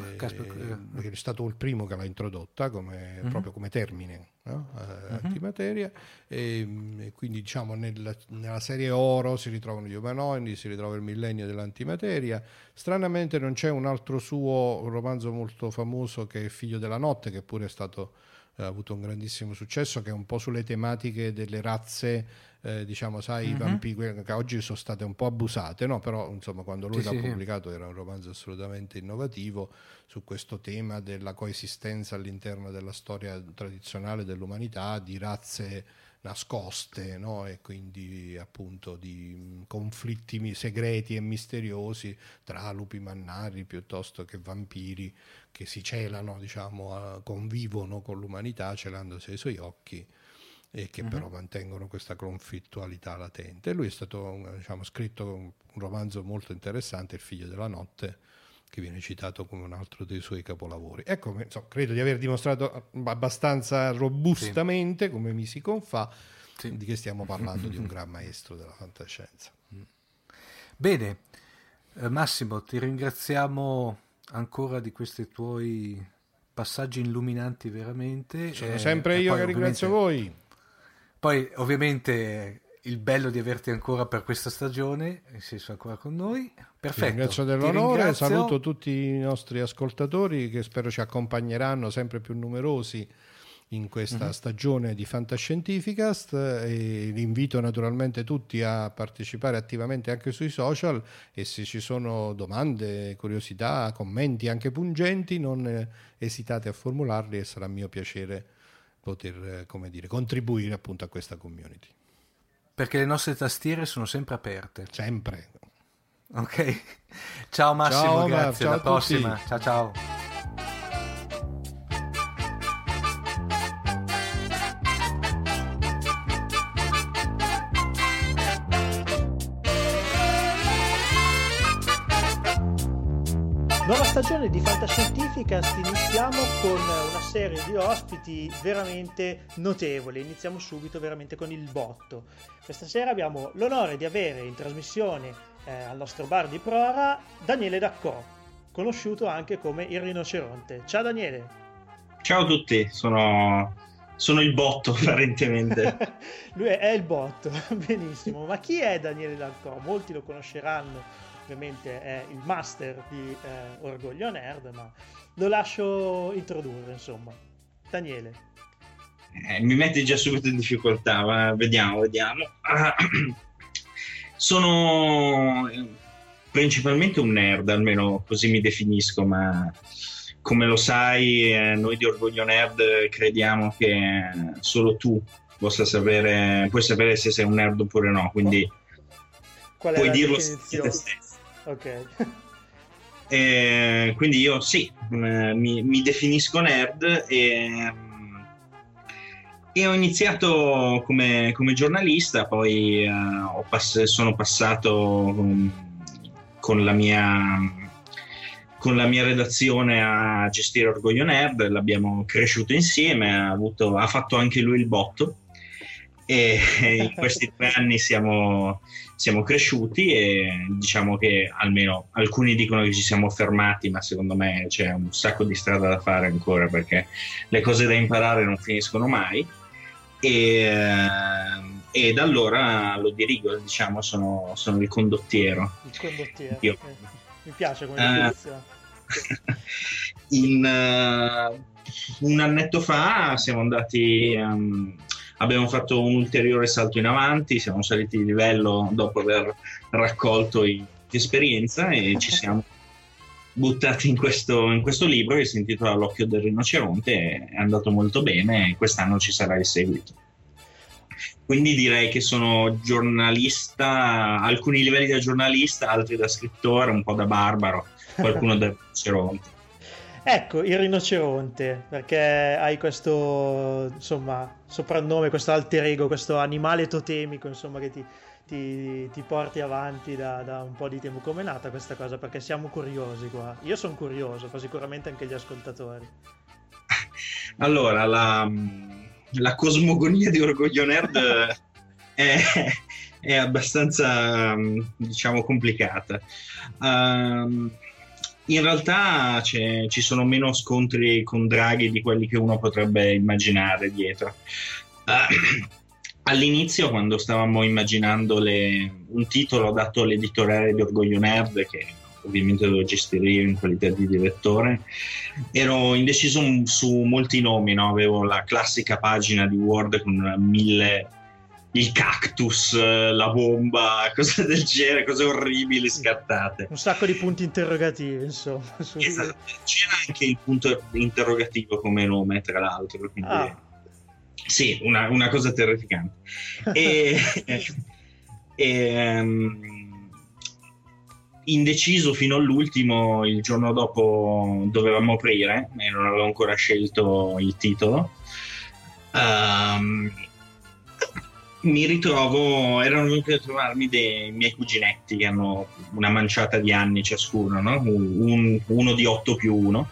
stato il primo che l'ha introdotta proprio come termine, antimateria, e quindi diciamo nella serie Oro si ritrovano gli umanoidi, si ritrova il millennio dell'antimateria. Stranamente non c'è un altro suo romanzo molto famoso che è Figlio della notte, che pure ha avuto un grandissimo successo, che è un po' sulle tematiche delle razze, i vampiri, che oggi sono state un po' abusate, no? Però insomma quando lui l'ha pubblicato era un romanzo assolutamente innovativo su questo tema della coesistenza all'interno della storia tradizionale dell'umanità di razze nascoste, no? E quindi appunto di conflitti segreti e misteriosi tra lupi mannari piuttosto che vampiri che si celano, convivono con l'umanità celandosi ai suoi occhi, e che però mantengono questa conflittualità latente. Lui è stato scritto un romanzo molto interessante, Il Figlio della notte, che viene citato come un altro dei suoi capolavori. Ecco, credo di aver dimostrato abbastanza robustamente, come mi si confà, di che stiamo parlando di un gran maestro della fantascienza. Bene, Massimo, ti ringraziamo ancora di questi tuoi passaggi illuminanti veramente. Sono sempre io che ringrazio voi. Poi ovviamente il bello di averti ancora per questa stagione, sei ancora con noi. Perfetto. Ti ringrazio dell'onore, saluto tutti i nostri ascoltatori che spero ci accompagneranno sempre più numerosi in questa stagione di Fantascientificast, e invito naturalmente tutti a partecipare attivamente anche sui social, e se ci sono domande, curiosità, commenti anche pungenti, non esitate a formularli, e sarà mio piacere poter, contribuire appunto a questa community. Perché le nostre tastiere sono sempre aperte. Sempre. Ok. Ciao Massimo, ciao, grazie, ciao alla prossima. Ciao ciao. Nuova stagione di Fantascientificast, iniziamo con una serie di ospiti veramente notevoli. Iniziamo subito veramente con il botto. Questa sera abbiamo l'onore di avere in trasmissione al nostro bar di Prora Daniele Daccò, conosciuto anche come il Rinoceronte. Ciao Daniele. Ciao a tutti, sono il botto apparentemente. Lui è il botto, benissimo. Ma chi è Daniele Daccò? Molti lo conosceranno. Ovviamente è il master di Orgoglio Nerd, ma lo lascio introdurre, insomma. Daniele. Mi metti già subito in difficoltà, ma vediamo. Sono principalmente un nerd, almeno così mi definisco, ma come lo sai, noi di Orgoglio Nerd crediamo che solo tu puoi sapere se sei un nerd oppure no, quindi puoi dirlo te stesso. Ok. Quindi io mi definisco nerd, e ho iniziato come giornalista, poi sono passato con la mia redazione a gestire Orgoglio Nerd, l'abbiamo cresciuto insieme, ha fatto anche lui il botto, e in questi 3 anni siamo cresciuti, e diciamo che almeno alcuni dicono che ci siamo fermati, ma secondo me c'è un sacco di strada da fare ancora, perché le cose da imparare non finiscono mai, e da allora lo dirigo, diciamo, sono il condottiero. Il condottiero. Io. Mi piace come definizione. Un annetto fa siamo andati... abbiamo fatto un ulteriore salto in avanti, siamo saliti di livello dopo aver raccolto esperienza, e ci siamo buttati in questo libro che si intitola L'occhio del rinoceronte. È andato molto bene, e quest'anno ci sarà il seguito. Quindi direi che sono giornalista, alcuni livelli da giornalista, altri da scrittore, un po' da barbaro, qualcuno da rinoceronte. Ecco, il rinoceronte, perché hai questo, insomma, soprannome, questo alter ego, questo animale totemico, insomma, che ti porti avanti da un po' di tempo. Come è nata questa cosa? Perché siamo curiosi qua. Io sono curioso, ma sicuramente anche gli ascoltatori. Allora, la cosmogonia di Orgoglio Nerd è abbastanza, diciamo, complicata. In realtà ci sono meno scontri con draghi di quelli che uno potrebbe immaginare dietro. All'inizio, quando stavamo immaginando un titolo dato all'editoriale di Orgoglio Nerd, che ovviamente devo gestire io in qualità di direttore, ero indeciso su molti nomi, no? Avevo la classica pagina di Word con 1000... il cactus, la bomba, cose del genere, cose orribili scattate. Un sacco di punti interrogativi, insomma. Esatto. C'era anche il punto interrogativo come nome, tra l'altro. Quindi, sì, una cosa terrificante. Indeciso fino all'ultimo, il giorno dopo dovevamo aprire e non avevo ancora scelto il titolo. Erano venuti a trovarmi dei miei cuginetti che hanno una manciata di anni ciascuno, no? Uno di 8+1,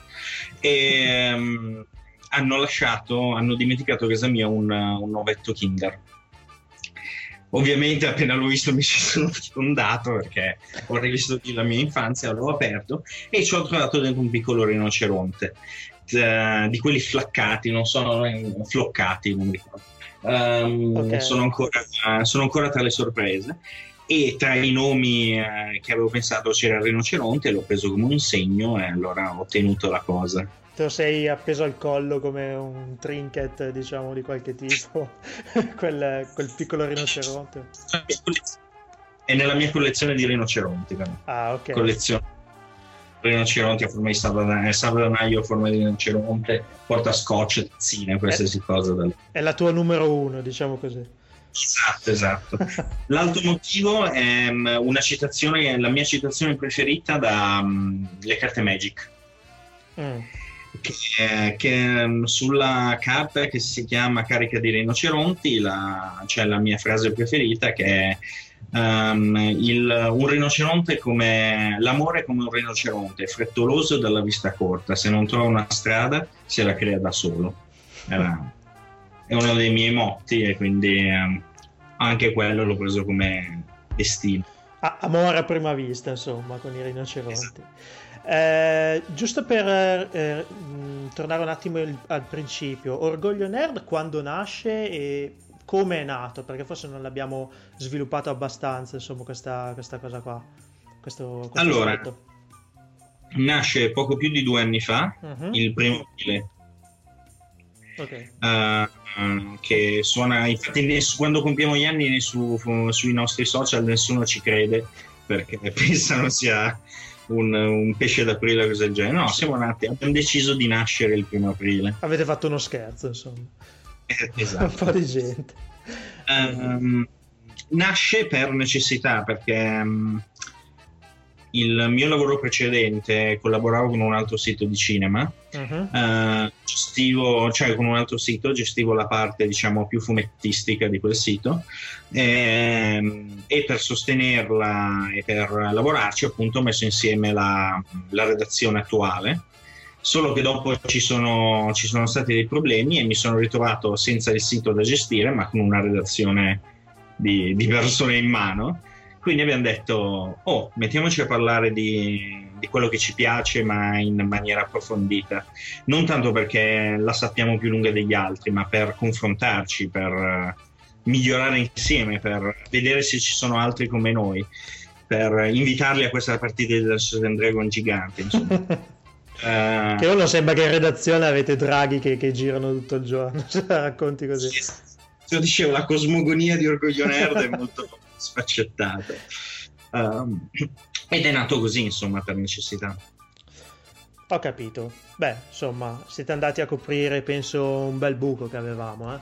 e hanno dimenticato a casa mia un ovetto Kinder. Ovviamente appena l'ho visto mi ci sono sfondato, perché ho rivisto la mia infanzia, l'ho aperto e ci ho trovato dentro un piccolo rinoceronte. di quelli flaccati, non sono floccati, non mi ricordo. Okay. Sono ancora tra le sorprese, e tra i nomi che avevo pensato c'era il rinoceronte, l'ho preso come un segno e allora ho ottenuto la cosa. Te lo sei appeso al collo come un trinket, diciamo, di qualche tipo, quel piccolo rinoceronte. È nella mia collezione di rinoceronti. Ok. Collezione rinoceronti a forma di salvadanaio a forma di rinoceronte, porta scotch, tazzine, qualsiasi cosa. È la tua numero 1, diciamo così. Esatto. L'altro motivo è una citazione, la mia citazione preferita da le carte Magic. Che sulla carta che si chiama Carica di rinoceronti c'è la mia frase preferita, che è un rinoceronte come l'amore, come un rinoceronte frettoloso e dalla vista corta, se non trova una strada se la crea da solo. È uno dei miei motti, e quindi anche quello l'ho preso come destino. Amore a prima vista, insomma, con i rinoceronti. Giusto per tornare un attimo al principio, Orgoglio Nerd quando nasce e come è nato? Perché forse non l'abbiamo sviluppato abbastanza, insomma, questa cosa qua. Questo allora, aspetto. Nasce poco più di 2 anni fa, il 1° aprile. Che suona, infatti quando compiamo gli anni sui nostri social nessuno ci crede, perché pensano sia un pesce d'aprile o cose del genere. No, siamo nati, abbiamo deciso di nascere il 1° aprile. Avete fatto uno scherzo, insomma. Esatto. Un po' di gente. Nasce per necessità, perché il mio lavoro precedente collaboravo con un altro sito di cinema, gestivo la parte, diciamo, più fumettistica di quel sito, e per sostenerla e per lavorarci appunto ho messo insieme la redazione attuale, solo che dopo ci sono stati dei problemi e mi sono ritrovato senza il sito da gestire ma con una redazione di persone in mano. Quindi abbiamo detto, mettiamoci a parlare di quello che ci piace, ma in maniera approfondita. Non tanto perché la sappiamo più lunga degli altri, ma per confrontarci, per migliorare insieme, per vedere se ci sono altri come noi, per invitarli a questa partita di Dungeons & Dragons gigante, insomma. Che uno sembra che in redazione avete draghi che girano tutto il giorno, racconti così. Io dicevo, la cosmogonia di Orgoglio Nerd è molto sfaccettato, ed è nato così, insomma, per necessità. Ho capito. Beh, insomma, siete andati a coprire, penso, un bel buco che avevamo,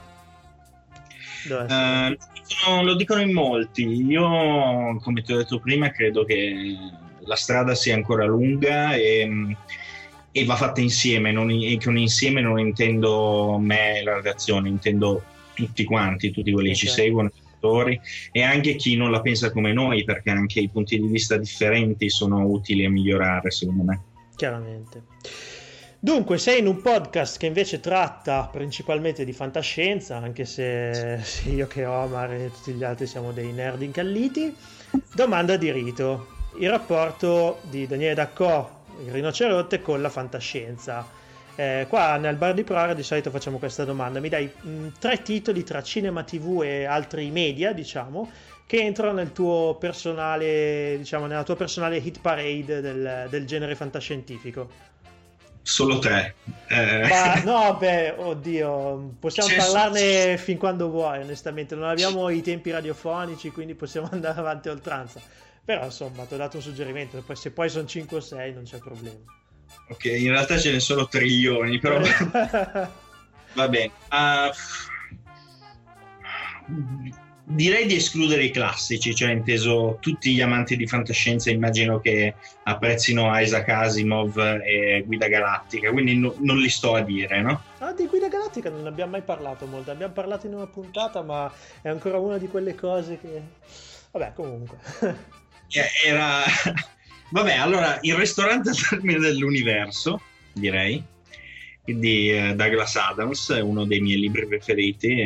lo dicono in molti. Io, come ti ho detto prima, credo che la strada sia ancora lunga e va fatta insieme, e con insieme non intendo me e la redazione, intendo tutti quanti, tutti quelli che ci seguono, e anche chi non la pensa come noi, perché anche i punti di vista differenti sono utili a migliorare, secondo me. Chiaramente. Dunque, sei in un podcast che invece tratta principalmente di fantascienza, anche se io che Omar e tutti gli altri siamo dei nerd incalliti. Domanda di rito: il rapporto di Daniele Daccò, il rinoceronte, con la fantascienza. Qua nel bar di Prora di solito facciamo questa domanda: mi dai 3 titoli tra cinema, TV e altri media, diciamo, che entrano nel tuo personale, diciamo, nella tua personale hit parade del genere fantascientifico. Solo 3. Oddio, possiamo parlarne fin quando vuoi, onestamente. Non abbiamo i tempi radiofonici, quindi possiamo andare avanti a oltranza. Però insomma, ti ho dato un suggerimento, se poi sono 5 o 6 non c'è problema. Ok, in realtà ce ne sono trilioni, però va bene. Direi di escludere i classici, cioè inteso tutti gli amanti di fantascienza, immagino che apprezzino Isaac Asimov e Guida Galattica, quindi non li sto a dire, no? Di Guida Galattica non ne abbiamo mai parlato molto, abbiamo parlato in una puntata, ma è ancora una di quelle cose che... Vabbè, comunque. Era... Vabbè, allora, Il ristorante al termine dell'universo, direi, di Douglas Adams, è uno dei miei libri preferiti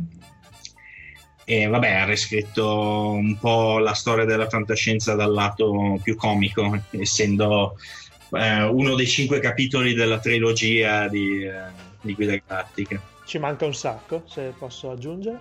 e vabbè, ha riscritto un po' la storia della fantascienza dal lato più comico, essendo uno dei 5 capitoli della trilogia di Guida Galattica. Ci manca un sacco, se posso aggiungere.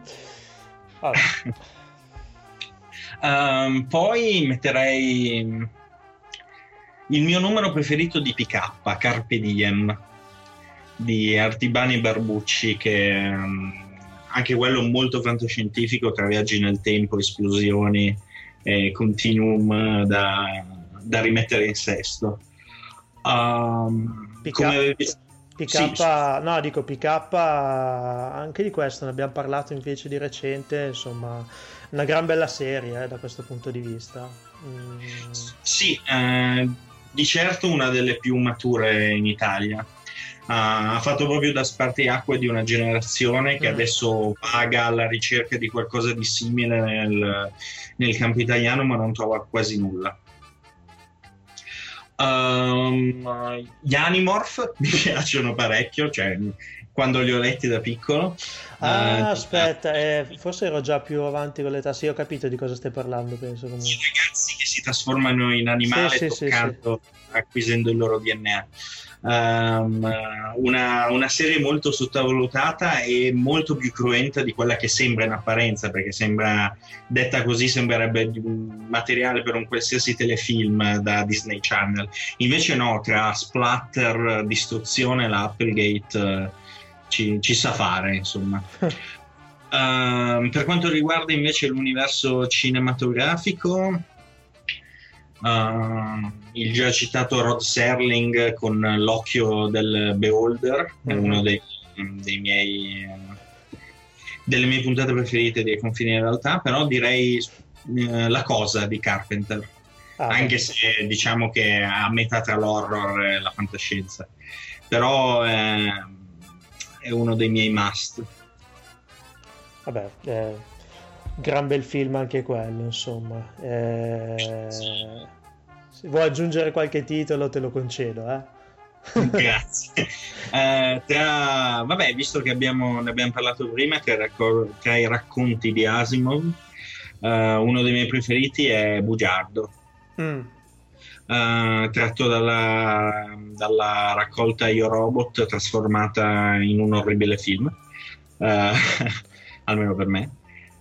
Poi metterei il mio numero preferito di PK, Carpe Diem, di Artibani Barbucci, che anche quello molto fantascientifico, tra viaggi nel tempo, esplosioni e continuum da rimettere in sesto. PK, no, dico PK, anche di questo ne abbiamo parlato invece di recente, insomma, una gran bella serie da questo punto di vista. Sì, di certo una delle più mature in Italia. Ha fatto proprio da spartiacque di una generazione che adesso vaga alla ricerca di qualcosa di simile nel campo italiano, ma non trova quasi nulla. Gli Animorph mi piacciono parecchio, cioè quando li ho letti da piccolo. Aspetta, forse ero già più avanti con l'età. Sì, ho capito di cosa stai parlando, penso. Comunque. I ragazzi che si trasformano in animale toccando, acquisendo il loro DNA. Una serie molto sottovalutata e molto più cruenta di quella che sembra in apparenza, perché sembra, detta così, sembrerebbe materiale per un qualsiasi telefilm da Disney Channel. Invece no, tra splatter, distruzione, la Applegate ci sa fare, insomma. Per quanto riguarda invece l'universo cinematografico, il già citato Rod Serling con L'occhio del Beholder è uno delle mie puntate preferite dei confini in realtà, però direi La cosa di Carpenter, anche se diciamo che è a metà tra l'horror e la fantascienza, però è uno dei miei must. Vabbè, gran bel film anche quello, insomma. Se vuoi aggiungere qualche titolo te lo concedo, Grazie. Vabbè, visto che ne abbiamo parlato prima, tra i racconti di Asimov, uno dei miei preferiti è Bugiardo, tratto dalla raccolta Io Robot, trasformata in un orribile film, almeno per me.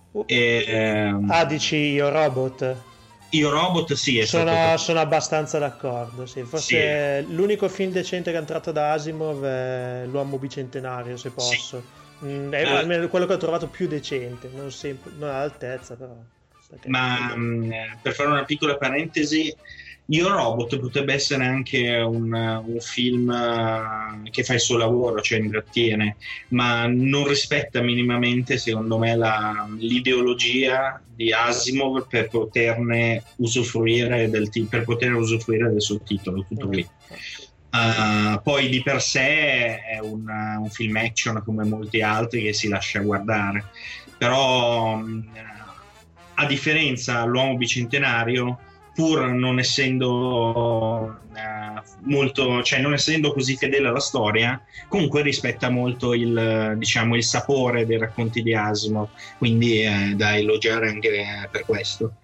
Dici Io Robot? Io Robot, sì, sono abbastanza d'accordo, sì. Forse sì. L'unico film decente che hanno tratto da Asimov è L'uomo bicentenario, se posso. Sì. È almeno quello che ho trovato più decente, non all'altezza, però. Ma per fare una piccola parentesi, Io Robot potrebbe essere anche un film che fa il suo lavoro, cioè intrattiene, ma non rispetta minimamente, secondo me, l'ideologia di Asimov per poterne usufruire del sottotitolo, tutto lì. Poi di per sé è un film action come molti altri che si lascia guardare, però a differenza L'uomo bicentenario, pur non essendo non essendo così fedele alla storia, comunque rispetta molto il sapore dei racconti di Asimov, quindi è da elogiare anche per questo.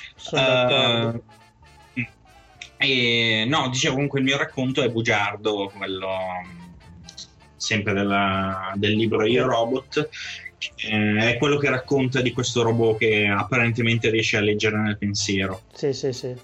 Dicevo, comunque il mio racconto è Bugiardo, quello sempre del libro Io Robot. È quello che racconta di questo robot che apparentemente riesce a leggere nel pensiero. Sì.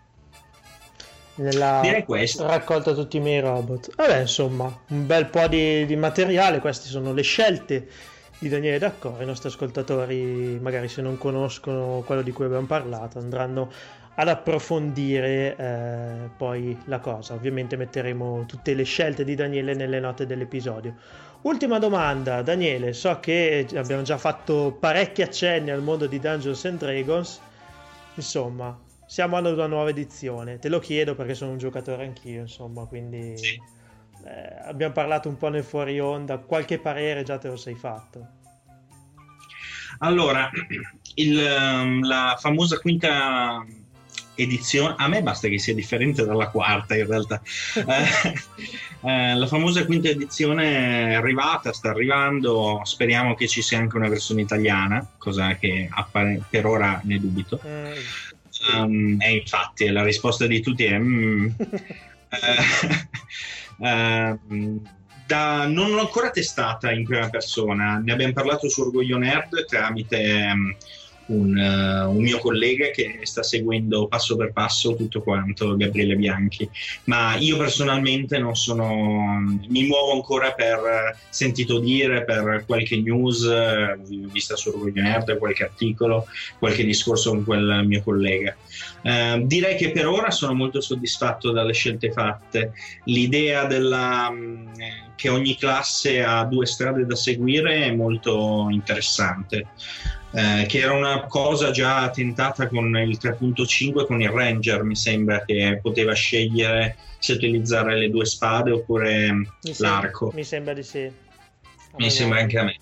Direi questo. Raccolta tutti i miei robot. Vabbè, insomma, un bel po' di materiale. Queste sono le scelte di Daniele D'Accordo. I nostri ascoltatori, magari se non conoscono quello di cui abbiamo parlato, andranno ad approfondire poi la cosa. Ovviamente metteremo tutte le scelte di Daniele nelle note dell'episodio. Ultima domanda, Daniele, so che abbiamo già fatto parecchi accenni al mondo di Dungeons and Dragons, insomma, siamo ad una nuova edizione, te lo chiedo perché sono un giocatore anch'io, insomma, quindi sì. Abbiamo parlato un po' nel fuori onda, qualche parere già te lo sei fatto. Allora, la famosa quinta edizione, a me basta che sia differente dalla quarta in realtà. La famosa quinta edizione è arrivata, sta arrivando, speriamo che ci sia anche una versione italiana, cosa che per ora ne dubito. E infatti la risposta di tutti è Non l'ho ancora testata in prima persona, ne abbiamo parlato su Orgoglio Nerd tramite un mio collega che sta seguendo passo per passo tutto quanto, Gabriele Bianchi, ma io personalmente mi muovo ancora per sentito dire, per qualche news vista su Orgoglio Nerd, qualche articolo, qualche discorso con quel mio collega. Direi che per ora sono molto soddisfatto dalle scelte fatte. L'idea che ogni classe ha 2 strade da seguire è molto interessante. Che era una cosa già tentata con il 3.5, con il Ranger, mi sembra, che poteva scegliere se utilizzare le 2 spade oppure l'arco. Mi sembra di sì. Mi sembra anche a me.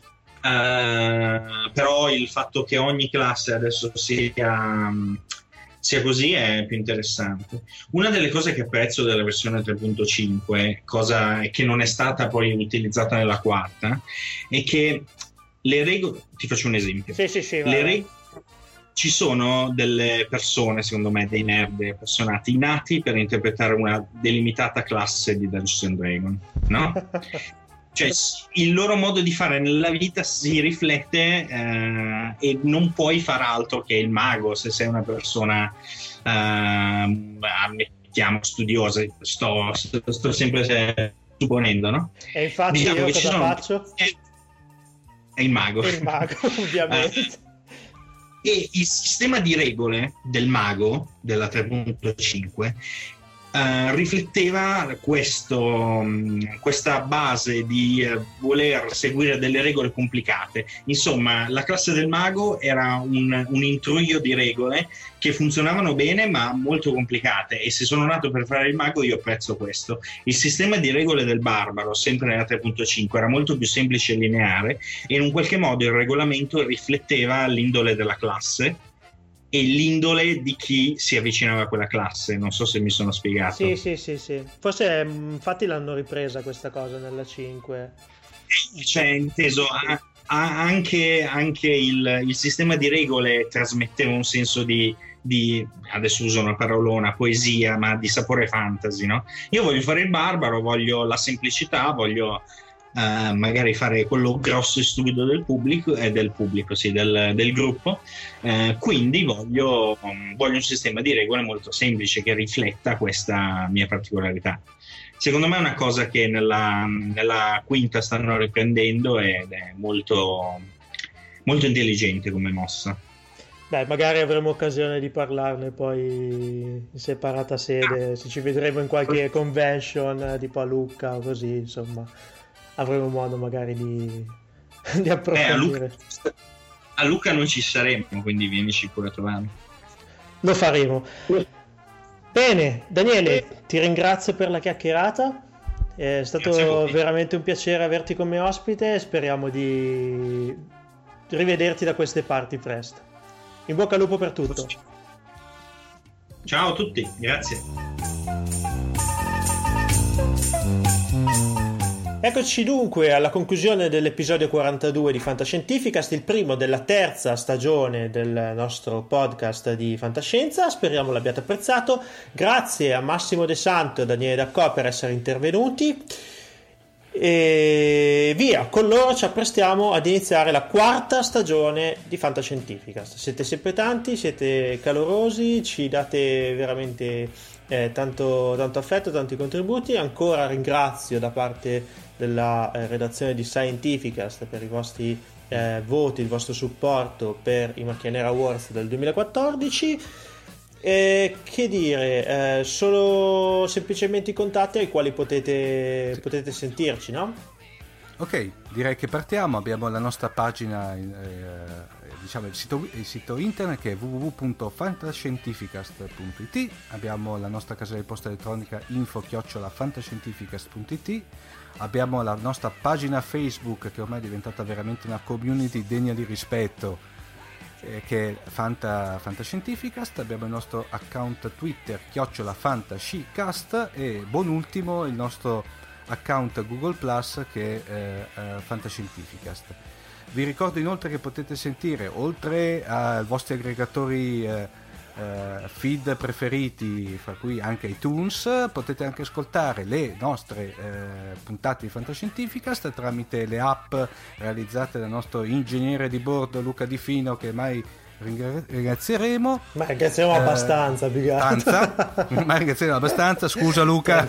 Però il fatto che ogni classe adesso sia così è più interessante. Una delle cose che apprezzo della versione 3.5, cosa che non è stata poi utilizzata nella 4ª, è che le regole, ti faccio un esempio. Sì, ci sono delle persone, secondo me, dei nerd appassionati nati per interpretare una delimitata classe di Dungeons and Dragons, no? Cioè il loro modo di fare nella vita si riflette e non puoi far altro che il mago se sei una persona ammettiamo studiosa. Sto sempre supponendo, no? E infatti diciamo io cosa faccio? È il mago. Ovviamente. E il sistema di regole del mago della 3.5 rifletteva questa base di voler seguire delle regole complicate. Insomma, la classe del mago era un intruglio di regole che funzionavano bene ma molto complicate, e se sono nato per fare il mago io apprezzo questo. Il sistema di regole del barbaro, sempre nella 3.5, era molto più semplice e lineare, e in un qualche modo il regolamento rifletteva l'indole della classe e l'indole di chi si avvicinava a quella classe. Non so se mi sono spiegato. Sì. Forse infatti l'hanno ripresa questa cosa nella 5. Cioè, inteso anche il sistema di regole trasmetteva un senso di adesso uso una parolona, poesia, ma di sapore fantasy, no? Io voglio fare il barbaro, voglio la semplicità, voglio magari fare quello grosso e stupido del pubblico, del gruppo, quindi voglio un sistema di regole molto semplice che rifletta questa mia particolarità. Secondo me è una cosa che nella 5ª stanno riprendendo ed è molto, molto intelligente come mossa. Beh, magari avremo occasione di parlarne poi in separata sede, se ci vedremo in qualche convention tipo a Lucca o così, insomma. Avremo modo magari di approfondire. A Lucca non ci saremo, quindi vienici pure a trovarmi. Lo faremo. Bene, Daniele, ti ringrazio per la chiacchierata. È stato veramente un piacere averti come ospite e speriamo di rivederti da queste parti presto. In bocca al lupo per tutto. Ciao a tutti, grazie. Eccoci dunque alla conclusione dell'episodio 42 di Fantascientificast, il primo della 3ª stagione del nostro podcast di fantascienza. Speriamo l'abbiate apprezzato. Grazie a Massimo De Santo e Daniele Daccò per essere intervenuti. E via, con loro ci apprestiamo ad iniziare la 4ª stagione di Fantascientificast. Siete sempre tanti, siete calorosi, ci date veramente tanto affetto, tanti contributi. Ancora ringrazio da parte della redazione di Scientificast per i vostri voti, il vostro supporto per i Macchia Nera Awards del 2014. Che dire, solo semplicemente i contatti ai quali potete sentirci, no? Ok, direi che partiamo. Abbiamo la nostra pagina, diciamo il sito internet che è www.fantascientificast.it. Abbiamo la nostra casella di posta elettronica info@fantascientificast.it. Abbiamo la nostra pagina Facebook che ormai è diventata veramente una community degna di rispetto, che è Fantascientificast. Abbiamo il nostro account Twitter @fantascicast e buon ultimo il nostro account Google Plus che è Fantascientificast. Vi ricordo inoltre che potete sentire, oltre ai vostri aggregatori feed preferiti, fra cui anche iTunes. Potete anche ascoltare le nostre puntate di Fantascientificast tramite le app realizzate dal nostro ingegnere di bordo Luca Di Fino, che mai ringrazieremo. Ma ringrazieremo abbastanza, ma ringrazieremo abbastanza, scusa Luca.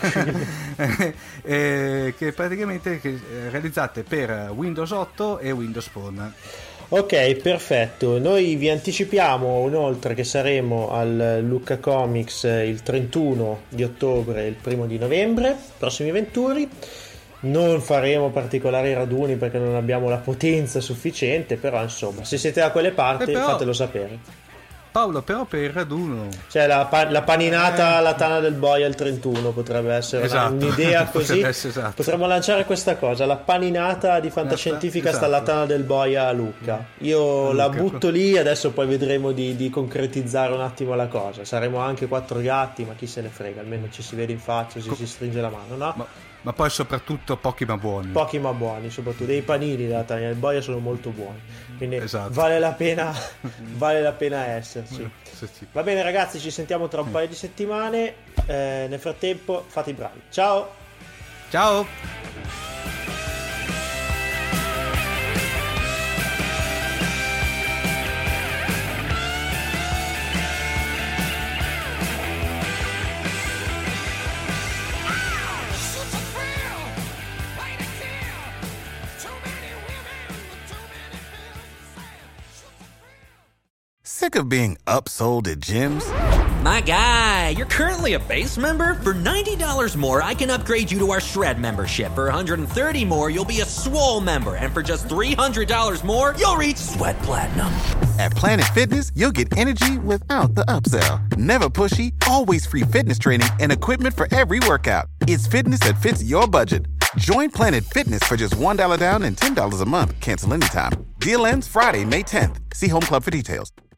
Che praticamente realizzate per Windows 8 e Windows Phone. Ok, perfetto. Noi vi anticipiamo inoltre che saremo al Lucca Comics il 31 di ottobre e il 1 di novembre, prossimi venturi. Non faremo particolari raduni perché non abbiamo la potenza sufficiente, però insomma, se siete da quelle parti fatelo sapere. Paolo, però per il raduno, cioè la paninata alla Tana del Boia il 31 potrebbe essere un'idea così. Esatto. Potremmo lanciare questa cosa, la paninata di Fantascientificast alla Tana del Boia a Lucca. Io la butto lì, adesso poi vedremo di concretizzare un attimo la cosa. Saremo anche 4 gatti, ma chi se ne frega, almeno ci si vede in faccia, si stringe la mano, no? Ma poi soprattutto pochi ma buoni, soprattutto dei panini della Tana del Boia sono molto buoni, quindi vale la pena esserci. Sì. Va bene ragazzi, ci sentiamo tra un paio di settimane, nel frattempo fate i bravi, ciao. Sick of being upsold at gyms? My guy, you're currently a base member? For $90 more, I can upgrade you to our Shred membership. For $130 more, you'll be a Swole member. And for just $300 more, you'll reach Sweat Platinum. At Planet Fitness, you'll get energy without the upsell. Never pushy, always free fitness training and equipment for every workout. It's fitness that fits your budget. Join Planet Fitness for just $1 down and $10 a month. Cancel anytime. Deal ends Friday, May 10th. See Home Club for details.